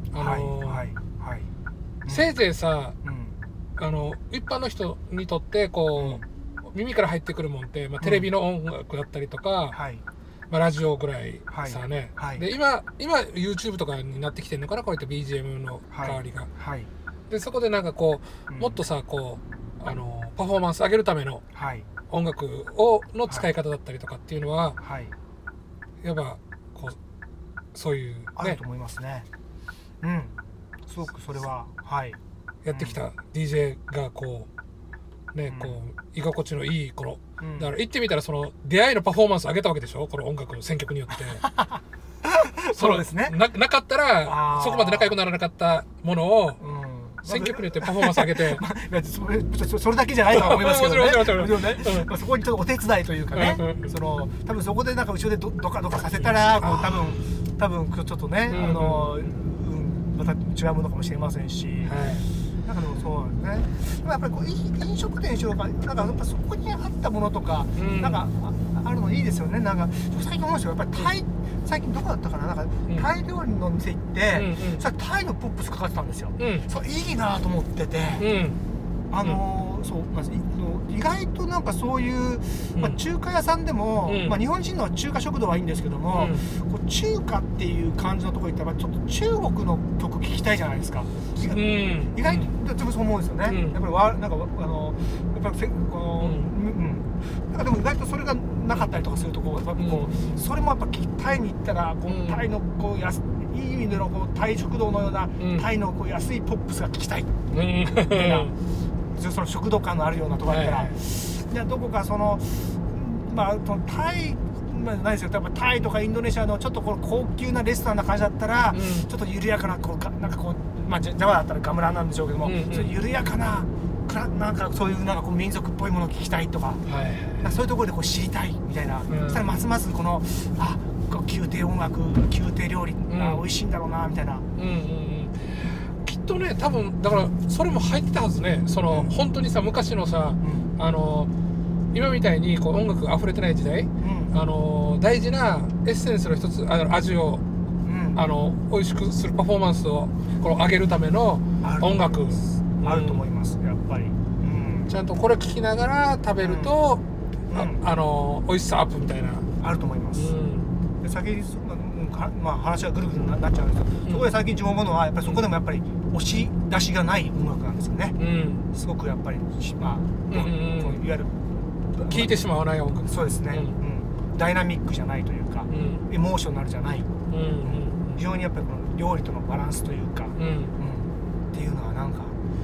せいぜいさ、一般の人にとってこう、耳から入ってくるもんって、まあ、テレビの音楽だったりとか、まあ、ラジオぐらいさね、で今 YouTube とかになってきてるのかな、こういった BGM の代わりが、でそこでなんかこう、もっとさこうパフォーマンス上げるための音楽の使い方だったりとかっていうのは、やっぱこうそういう、ね、 あると思いますね。すごくそれはやってきた DJ がこうね、こう居心地のいいこの、だから言ってみたらその出会いのパフォーマンス上げたわけでしょ、この音楽の選曲によってそうですね。 なかったらそこまで仲良くならなかったものを、選曲によってパフォーマンス上げてそれだけじゃないとは思いますけどね。そこにちょっとお手伝いというかね、多分そこでなんか後ろでドカドカさせたらこう多分ちょっとね、また違うものかもしれませんし、なんかでもそうなんですね。やっぱりこう飲食店しろか、なんかやっぱそこにあったものとか、なんかあるのいいですよね。なんか最近思うんですよ。やっぱり最近どこだったかな、なんかタイ料理の店行って、タイのポップスかかってたんですよ。そういいなと思ってて、そう意外となんかそういう、中華屋さんでも、日本人の中華食堂はいいんですけども、こう中華っていう感じのところ行ったらちょっと中国の曲聴きたいじゃないですか。意外と自分そう思うんですよね。やっぱりなんかやっぱりなんかでも意外とそれがなかったりとかするとこうそれもやっぱタイに行ったらこうタイのこういい意味でのこうタイ食堂のような、タイのこう安いポップスが聴きたいみたいな。その食堂感のあるようなところだったら、いやどこかそのタイないですよ。やっぱタイとかインドネシアのちょっとこの高級なレストランな感じだったら、ちょっと緩やかなこうなんかこうジャワだったらガムランなんでしょうけども、そういう緩やかななんかそういうなんかこう民族っぽいものを聞きたいとか、そういうところでこう知りたいみたいな、そしたらますますこの宮廷音楽、宮廷料理が美味しいんだろうなみたいな。 きっとね、多分だからそれも入ってたはずね。その本当にさ、昔のさ、今みたいにこう音楽が溢れてない時代、大事なエッセンスの一つ、味を美味しくするパフォーマンスをこの上げるための音楽あると思います。やっぱり、 ちゃんとこれ聴きながら食べると、美味しさアップみたいなあると思います。で先に話はぐるぐるになっちゃうんですけど、そこで最近自分思うのはやっぱりそこでもやっぱり押し出しがない音楽なんですよね。すごくやっぱりいわゆる聴いてしまわない音楽。 そうですね。ダイナミックじゃないというか、エモーショナルじゃない。非常にやっぱりこの料理とのバランスというか、っていうのはなんか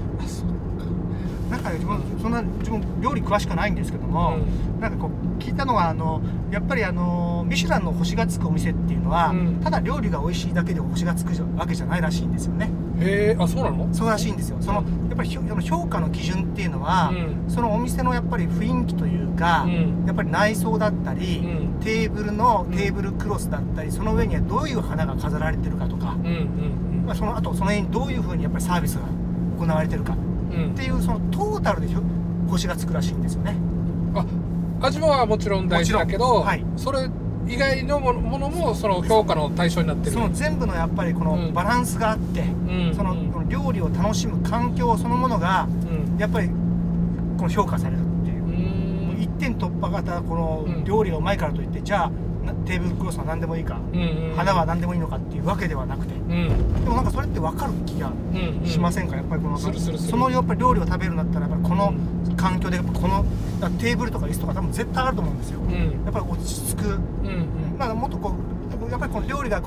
自分料理詳しくないんですけども、なんかこう聞いたのはやっぱりミシュランの星がつくお店っていうのは、ただ料理が美味しいだけで星がつくわけじゃないらしいんですよね。 へえ、そうなの？ そうらしいんですよ。やっぱり評価の基準っていうのは、そのお店のやっぱり雰囲気というか、やっぱり内装だったり、テーブルクロスだったり、その上にはどういう花が飾られてるかとか、その辺にどういうふうにやっぱりサービスが行われてるかっていう、そのトータルで星がつくらしいんですよね。 味はもちろん大事だけど、それ以外のものもその評価の対象になってる。 その全部のやっぱりこのバランスがあって、その料理を楽しむ環境そのものがやっぱりこの評価されるっていう、一点突破型この料理がうまいからといって、じゃあテーブルクロスは何でもいいか、花は何でもいいのかっていうわけではなくて、でもなんかそれって分かる気がしませやっぱりこのそのやっぱり料理を食べるんだったらやっぱりこの環境でこのテーブルとか椅子とか多分絶対あると思うんですよ。やっぱり落ち着く、なんかもっとこうやっぱりこの料理がこう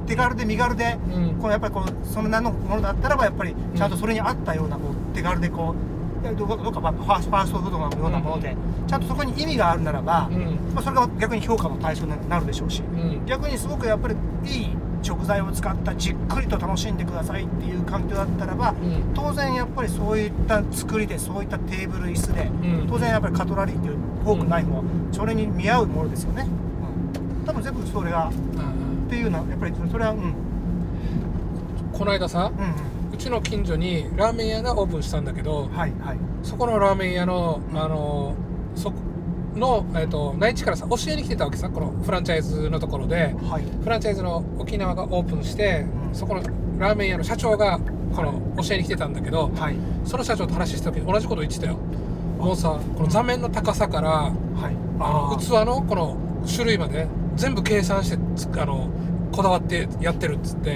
手軽で身軽で、こうやっぱりこうその名のものだったらばやっぱりちゃんとそれに合ったようなこう手軽でこうどうかファーストフードのようなもので、ちゃんとそこに意味があるならば、まあ、それが逆に評価の対象になるでしょうし、逆にすごくやっぱりいい食材を使ったじっくりと楽しんでくださいっていう環境だったらば、当然やっぱりそういった作りでそういったテーブル椅子で、当然やっぱりカトラリーっていうフォークナイフもそれに見合うものですよね、多分全部それが、っていうのはやっぱりそれはこの間さ、うちの近所にラーメン屋がオープンしたんだけど、そこのラーメン屋のそこの、内地からさ教えに来てたわけさ、このフランチャイズのところで、フランチャイズの沖縄がオープンして、そこのラーメン屋の社長がこの教えに来てたんだけど、その社長と話した時に同じこと言ってたよ。もうさ、この座面の高さから、器のこの種類まで全部計算してこだわってやってるっつって、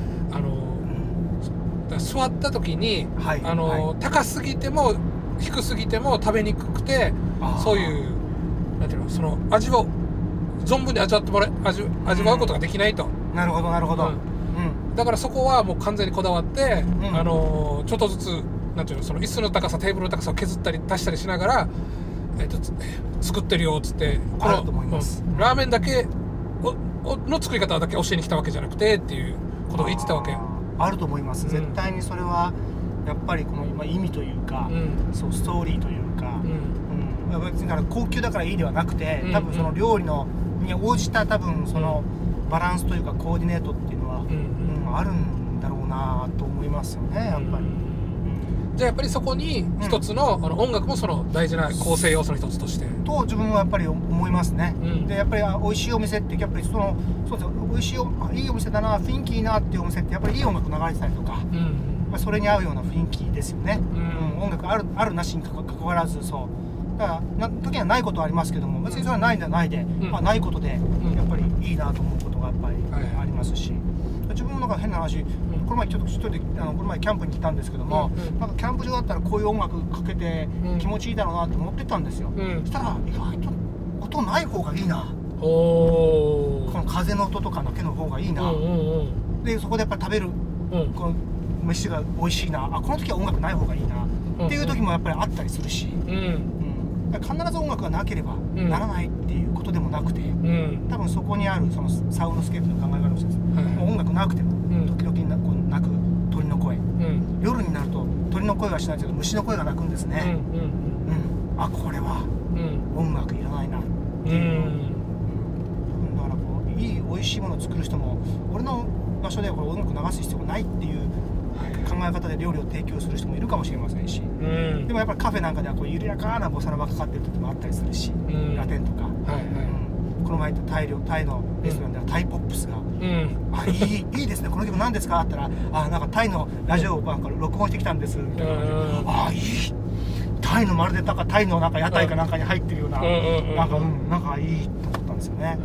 座った時に、高すぎても低すぎても食べにくくて、そういうなんていうの、その味を存分に味わうことができないと。 なるほどなるほど、 だからそこはもう完全にこだわって、ちょっとずつなんていうの、その椅子の高さ、テーブルの高さを削ったり足したりしながら、作ってるよっつって、このラーメンだけの作り方だけ教えに来たわけじゃなくてっていうことを言ってたわけ。 あると思います、絶対にそれはやっぱりこの意味というか、そうストーリーというか、別に高級だからいいではなくて、多分その料理のに応じた多分そのバランスというかコーディネートっていうのは、あるんだろうなと思いますよね、やっぱり。 じゃあやっぱりそこに一つの、音楽もその大事な構成要素の一つとしてと自分はやっぱり思いますね、でやっぱり美味しいお店ってやっぱりそうですよ、美味しいいいお店だな、雰囲気いいなっていうお店ってやっぱりいい音楽流れてたりとか、それに合うような雰囲気ですよね、音楽あるなしにかかわらず、そうだから時にはないことはありますけども、別にそれはないんじゃないで、ないことでやっぱりいいなと思うことがやっぱりありますし、自分のなんか変な話、この前ちょっと一人でこの前キャンプに来たんですけども、なんかキャンプ場だったらこういう音楽かけて気持ちいいだろうなって思ってたんですよ、そしたら意外と音ない方がいいな、この風の音とかだけの方がいいな、でそこでやっぱり食べる、この飯が美味しいな、この時は音楽ない方がいいな、っていう時もやっぱりあったりするし、必ず音楽がなければならないっていうことでもなくて、多分そこにあるそのサウンドスケープの考え方です、もう音楽なくても時々こう鳴く鳥の声、夜になると鳥の声はしないけど虫の声が鳴くんですね、これは音楽いらないなっていう、だからこういい美味しいものを作る人も俺の場所ではこれ音楽流す必要がないっていう考え方で料理を提供する人もいるかもしれませんし、でもやっぱりカフェなんかではこう緩やかなボサノバかかってる時もあったりするし、ラテンとか、この前行ったタイのレストランではタイポップスが、いいですね、この曲何ですかって言ったら、なんかタイのラジオをなんか録音してきたんですみたいな、いいタイのまるでなんかタイのなんか屋台かなんかに入ってるような、なんかいいと思ったんですよね。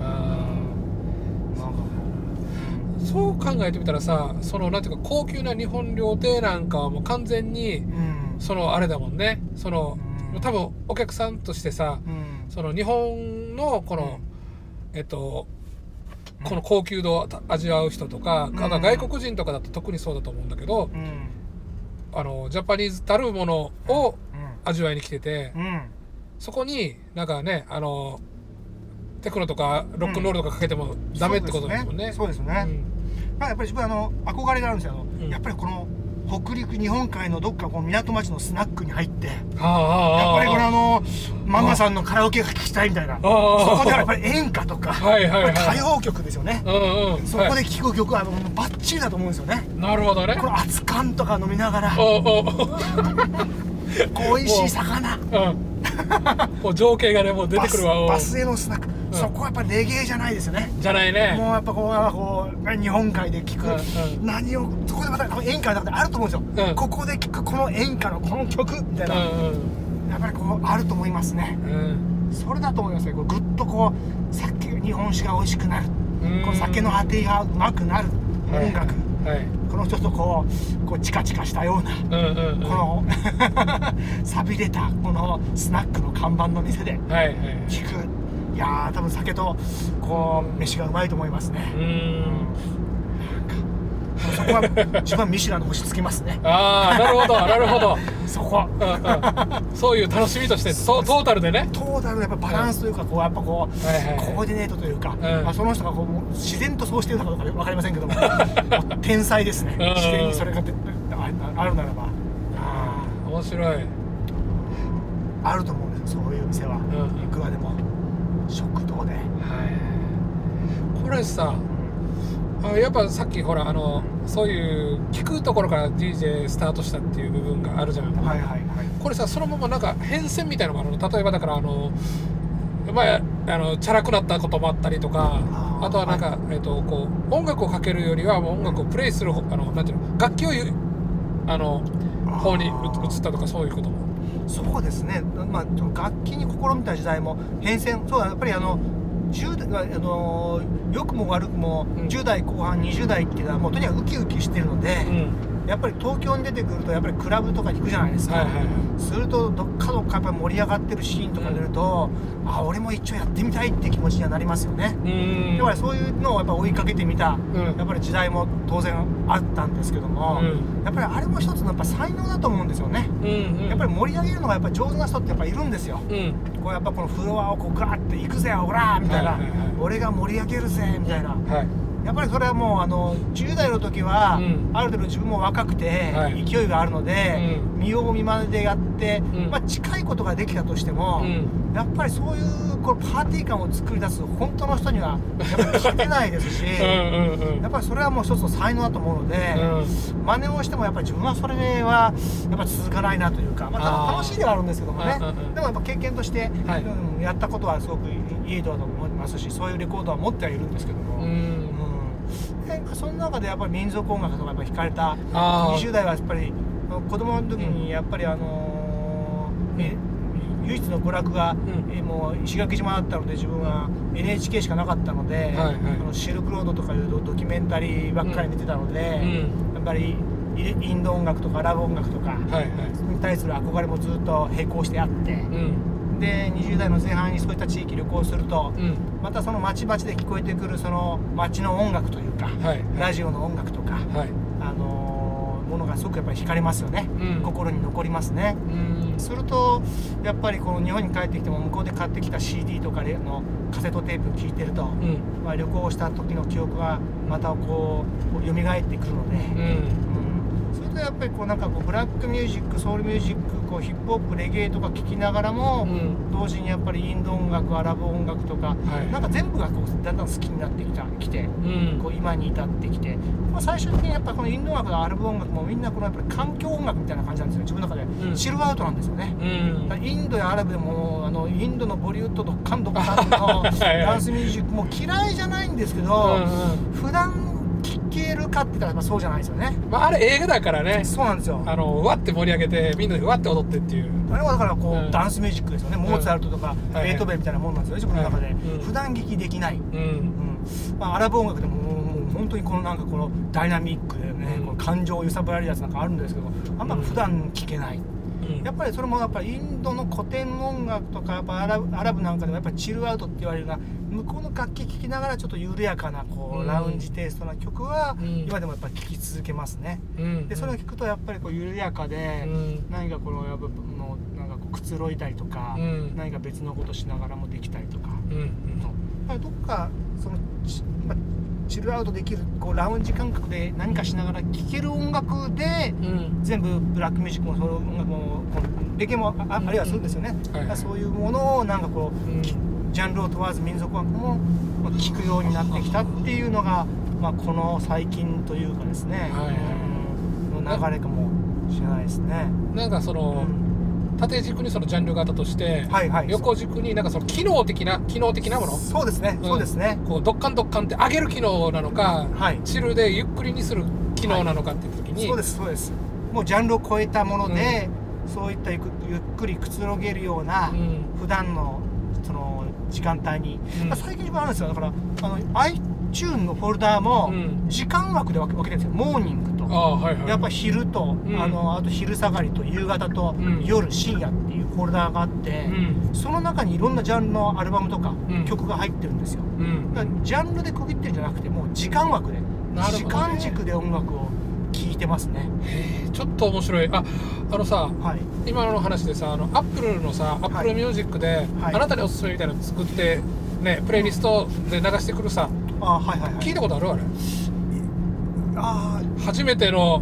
そう考えてみたらさ、そのなんていうか高級な日本料亭なんかはもう完全に、そのあれだもんね、その、多分お客さんとしてさ、その日本のこの、この高級度を味わう人とか、外国人とかだと特にそうだと思うんだけど、ジャパニーズたるものを味わいに来てて、そこになんかね、テクノとかロックンロールとかかけてもダメってことですもんね。 そうですね。やっぱり自分憧れがあるんですよ。やっぱりこの北陸日本海のどっかこの港町のスナックに入って、やっぱりこのママさんのカラオケが聴きたいみたいな、そこではやっぱり演歌とか歌謡曲ですよね。そこで聴く曲はバッチリだと思うんですよね。 なるほどね。 この熱燗とか飲みながら、美味しい魚、 情景がねもう出てくるわ。 バスへのスナック、そこはやっぱりレゲエじゃないですよね。 じゃないね。 もうやっぱこう日本海で聴く何を、そこでまた演歌の中であると思うんですよ。ここで聴くこの演歌のこの曲みたいな、やっぱりこうあると思いますね。それだと思いますね。ぐっとこう日本酒が美味しくなる、この酒のあてがうまくなる音楽、このちょっとこうチカチカしたような、この錆びれたこのスナックの看板の店で聴く、いやー多分酒とこう飯がうまいと思いますね。 そこは自分はミシュランの星つけますね。 ああ、なるほどなるほど。 そこ、 そういう楽しみとしてトータルでね、 トータルでやっぱバランスというか、こうやっぱこう、コーディネートというか、その人がこう自然とそうしているのかどうか分かりませんけども天才ですね。自然にそれがあるならば、 面白い。 あると思うんですよ、そういう店は。いくらでも食堂で、 これさ、やっぱさっきほらそういう聞くところから DJ スタートしたっていう部分があるじゃん。これさ、そのままなんか変遷みたいなのがあるの。例えばだからチャラくなったこともあったりとか、あとはなんか、こう音楽をかけるよりはもう音楽をプレイするなんていうの、楽器を方に移ったとか、そういうことも。 そうですね、楽器に試みた時代も変遷、そうだ、やっぱり良くも悪くも10代後半20代っていうのはもうとにかくウキウキしてるので、やっぱり東京に出てくるとやっぱりクラブとかに行くじゃないですか。するとどっかやっぱり盛り上がってるシーンとか出ると、俺も一応やってみたいって気持ちにはなりますよね。だからそういうのをやっぱ追いかけてみた、やっぱり時代も当然あったんですけども、やっぱりあれも一つのやっぱ才能だと思うんですよね。やっぱり盛り上げるのがやっぱり上手な人ってやっぱいるんですよ。こうやっぱこのフロアをこうガーって行くぜオラーみたいな、俺が盛り上げるぜみたいな。やっぱりそれはもう10代の時は、ある程度自分も若くて勢いがあるので、見よう見まねでやって、近いことができたとしても、やっぱりそういうこのパーティー感を作り出す本当の人にはやっぱり勝てないですしやっぱりそれはもう一つの才能だと思うので、真似をしてもやっぱり自分はそれはやっぱ続かないなというか、楽しいではあるんですけどもね、でもやっぱ経験として、やったことはすごくいいと思いますし、そういうレコードは持ってはいるんですけども。その中でやっぱり民族音楽とかやっぱ惹かれた20代はやっぱり子供の時にやっぱり唯一の娯楽が、もう石垣島だったので自分は NHK しかなかったので、シルクロードとかいうドキュメンタリーばっかり見てたので、やっぱりインド音楽とかアラブ音楽とかに対する憧れもずっと並行してあって、で20代の前半にそういった地域旅行すると、またその町々で聞こえてくるその町の音楽というか、ラジオの音楽とか、ものがすごくやっぱり惹かれますよね。心に残りますね。するとやっぱりこの日本に帰ってきても向こうで買ってきた CD とかのカセットテープ聴いてると、旅行した時の記憶がまたこう蘇ってくるので、それとやっぱりこうなんかこうブラックミュージック、ソウルミュージック、こうヒップホップ、レゲエとか聴きながらも、同時にやっぱりインド音楽、アラブ音楽とか、なんか全部がこうだんだん好きになってきて、こう今に至ってきて、最終的にやっぱりこのインド音楽とアラブ音楽もみんなこのやっぱり環境音楽みたいな感じなんですよ、自分の中で。チルアウトなんですよね。だからインドやアラブでもインドのボリウッドドッカンドッカンのダンスミュージックも嫌いじゃないんですけど、普段聴けるかって言ったらそうじゃないですよね。 あれ映画だからね。 そうなんですよ。 うわって盛り上げてみんなでうわって踊ってっていう。 あれはだからこう、ダンスミュージックですよね。モーツァルトとかベートーベンみたいなもんなんですよ、自分の中で。普段聴きできない。アラブ音楽でももう本当にこのなんかこのダイナミックでね、この感情を揺さぶられるやつなんかあるんですけど、あんま普段聴けない。やっぱりそれもやっぱりインドの古典音楽とかやっぱアラブなんかでもやっぱりチルアウトって言われるような向こうの楽器聴きながらちょっと緩やかなこうラウンジテイストな曲は今でもやっぱり聴き続けますね。でそれを聴くとやっぱりこう緩やかで、何かこのやっぱなんかこうくつろいだりとか、何か別のことしながらもできたりとか、どっかそのチルアウトできるこうラウンジ感覚で何かしながら聴ける音楽で、全部ブラックミュージックもそういう音楽もレゲエも あるいはそうですよね。そういうものをなんかこう、ジャンルを問わず民族音楽も聴くようになってきたっていうのが、この最近というかですね、の流れかもしれないですね。 なんかその、縦軸にそのジャンルがあったとして、横軸になんかその機能的なもの。 そうですね、そうですね。 こうドッカンドッカンって上げる機能なのか、チルでゆっくりにする機能なのかっていう時に、 そうですそうです。もうジャンルを超えたもので、そういったゆっくりくつろげるような、普段のその時間帯に、最近あるんですよ。だからiTunes のフォルダーも時間枠で分けてるんですよ。モーニングと、やっぱ昼と、あと昼下がりと夕方と、夜深夜っていうフォルダーがあって、その中にいろんなジャンルのアルバムとか、曲が入ってるんですよ。だからジャンルで区切ってるんじゃなくて、もう時間枠で時間軸で音楽を聴いてますね。 ちょっと面白い。さ、今の話でさ、アップルのさ、アップルミュージックで、あなたにおすすめみたいなの作ってね、プレイリストで流してくるさ、聞いたことある？あれ初めての、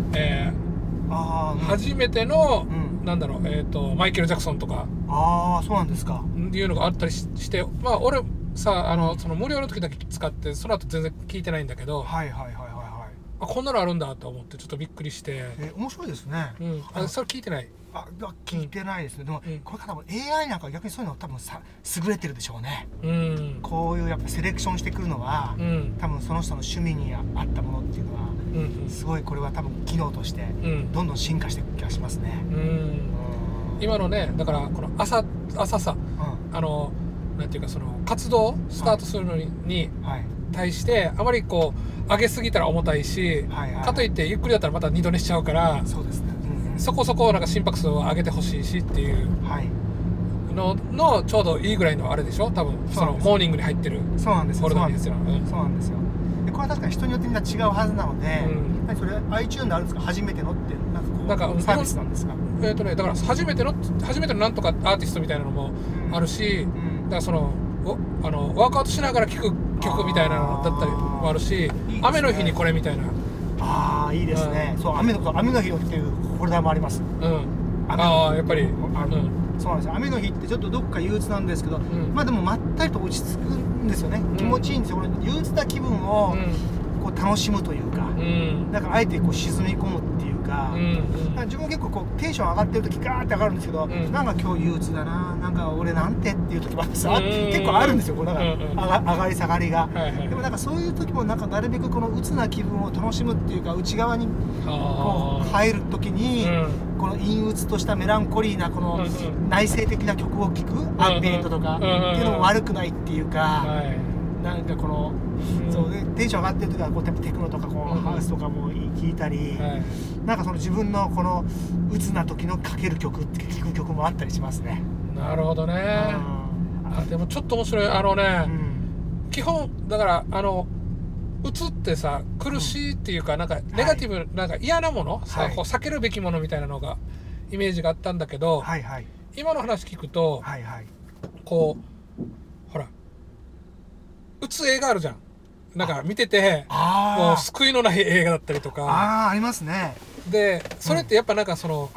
なんだろう、マイケル・ジャクソンとか、 そうなんですか。 いうのがあったりして、俺さ、その無料の時だけ使ってその後全然聞いてないんだけど、こんなのあるんだと思ってちょっとびっくりして、 面白いですね。 それ聞いてない？ 聞いてないですね。でもこれから多分 AI なんか逆にそういうの多分優れてるでしょうね。こういうやっぱセレクションしてくるのは、多分その人の趣味に合ったものっていうのは、すごいこれは多分機能としてどんどん進化していく気がしますね。 今のね、だからこの朝さ、なんていうか、その活動スタートするのに対してあまりこう上げすぎたら重たいし、かといってゆっくりだったらまた二度寝しちゃうから、そうですね、そこそこなんか心拍数を上げてほしいしっていうのちょうどいいぐらいのあれでしょ、多分そのモーニングに入ってるフォルダにですよ。 そうなんですよ。でこれは確かに人によってみんな違うはずなので、それ iTunes であるんですか？初めてのってなんかサービスなんですか？ だから初めてのなんとかアーティストみたいなのもあるし、だからそのワークアウトしながら聴く曲みたいなのだったりもあるし、雨の日にこれみたいな。 いいですね。そう、雨の日っていうフォルダもあります。 やっぱりそうなんですよ。雨の日ってちょっとどっか憂鬱なんですけど、でもまったりと落ち着くんですよね。気持ちいいんですよ。憂鬱な気分をこう楽しむというか、なんかあえてこう沈み込むっていうか、自分結構こうテンション上がってる時ガーって上がるんですけど、なんか今日憂鬱だな、なんか俺なんてっていう時も結構あるんですよ。こうなんか上がり下がりが。でもなんかそういう時もなんかなるべくこの鬱な気分を楽しむっていうか、内側にこう入る時に、この陰鬱としたメランコリーなこの内省的な曲を聴くアンビエントとかっていうのも悪くないっていうか、なんかこのそうでテンション上がってる時はこうテクノとかこうハウスとかも聴いたり、なんかその自分のこの鬱な時のかける曲って聴く曲もあったりしますね。 なるほどね。でもちょっと面白い。基本だから鬱ってさ、苦しいっていうか、なんかネガティブ、なんか嫌なものさ、こう避けるべきものみたいなのがイメージがあったんだけど、今の話聞くと、こうほら打つ映画あるじゃん。なんか見ててもう救いのない映画だったりとか、 ありますね。 でそれってやっぱなんかその、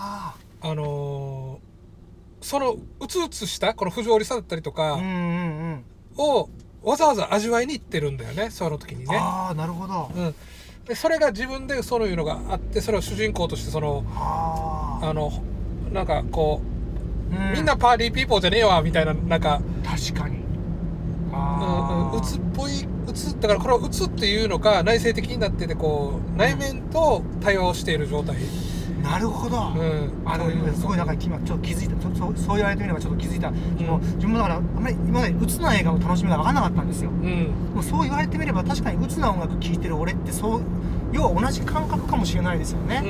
そのうつうつしたこの不条理さだったりとかをわざわざ味わいに行ってるんだよね、その時にね。 なるほど。 でそれが自分でそういうのがあって、それを主人公としてそのなんかこう、みんなパーティーピーポーじゃねえわみたいな、なんか確かにうつっぽい、だからこれをうつっていうのか内省的になってて、こう内面と対話をしている状態。 なるほど。すごいなんか今ちょっと気づいた、そう言われてみればちょっと気づいた。自分だからあんまり今までうつな映画の楽しみが分からなかったんですよ。もうそう言われてみれば確かにうつな音楽聴いてる俺って要は同じ感覚かもしれないですよね。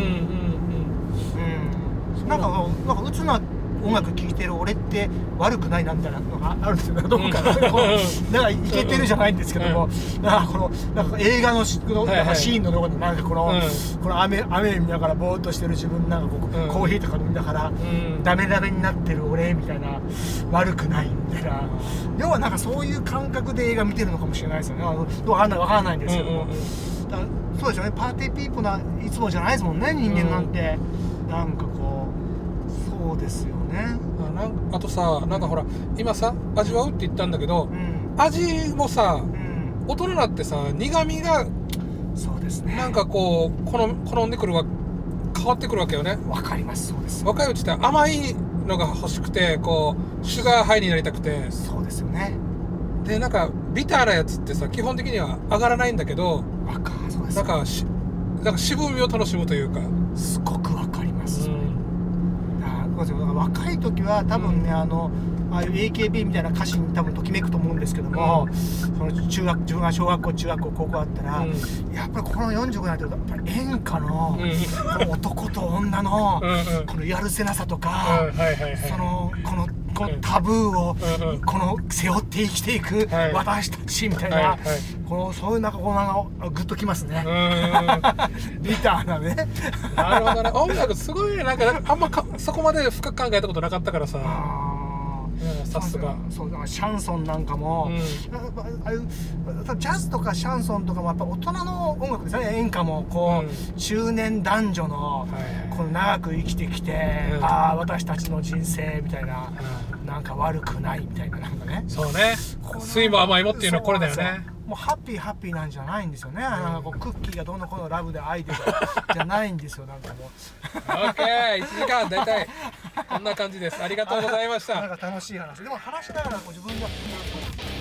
なんかうつな音楽聴いてる俺って悪くないなみたいなのがあるんですよ。どこかだからイケてるじゃないんですけども、なんか映画のシーンのところでなんかこの雨見ながらぼーっとしてる自分、なんかコーヒーとか飲みながらダメダメになってる俺みたいな、悪くないみたいな、要はなんかそういう感覚で映画見てるのかもしれないですよね。わからないんですけども、そうですよね。パーティーピーポーないつもじゃないですもんね、人間なんて。なんかこうそうですよね。 あとさ、なんかほら今さ味わうって言ったんだけど、味もさ、大人になってさ苦味がそうですね、 なんかこう好んでくる変わってくるわけよね。 わかります。そうです。 若いうちって甘いのが欲しくて、こうシュガーハイになりたくて。 そうですよね。 でなんかビターなやつってさ基本的には上がらないんだけど、 そうです。 なんか渋みを楽しむというか、 すごくわかります。だから若い時は多分ね、ああいう AKB みたいな歌詞に多分ときめくと思うんですけども、その自分が小学校中学校高校あったら、やっぱりこの45になってるとやっぱり演歌の、この男と女のこのやるせなさとか、このこのタブーをこの背負って生きていく私たちみたいな、このそういうなんかこうなんかグッときますね。ビターなね。 なるほどね。音楽すごいなんかあんまそこまで深く考えたことなかったからさ。さすが。 そうだからシャンソンなんかも、ああいうジャズとかシャンソンとかもやっぱ大人の音楽ですね。演歌もこう、中年男女のこの長く生きてきて、ああ私たちの人生みたいな、なんか悪くないみたいななんかね。 そうね。酸いも甘いもっていうのはこれだよね。 もうハッピーなんじゃないんですよね。なんかこうクッキーがどうのこのラブで愛でじゃないんですよ。なんかもう。 オッケー、1時間だいたいこんな感じです。ありがとうございました。 なんか楽しい話。でも話しながらこう自分が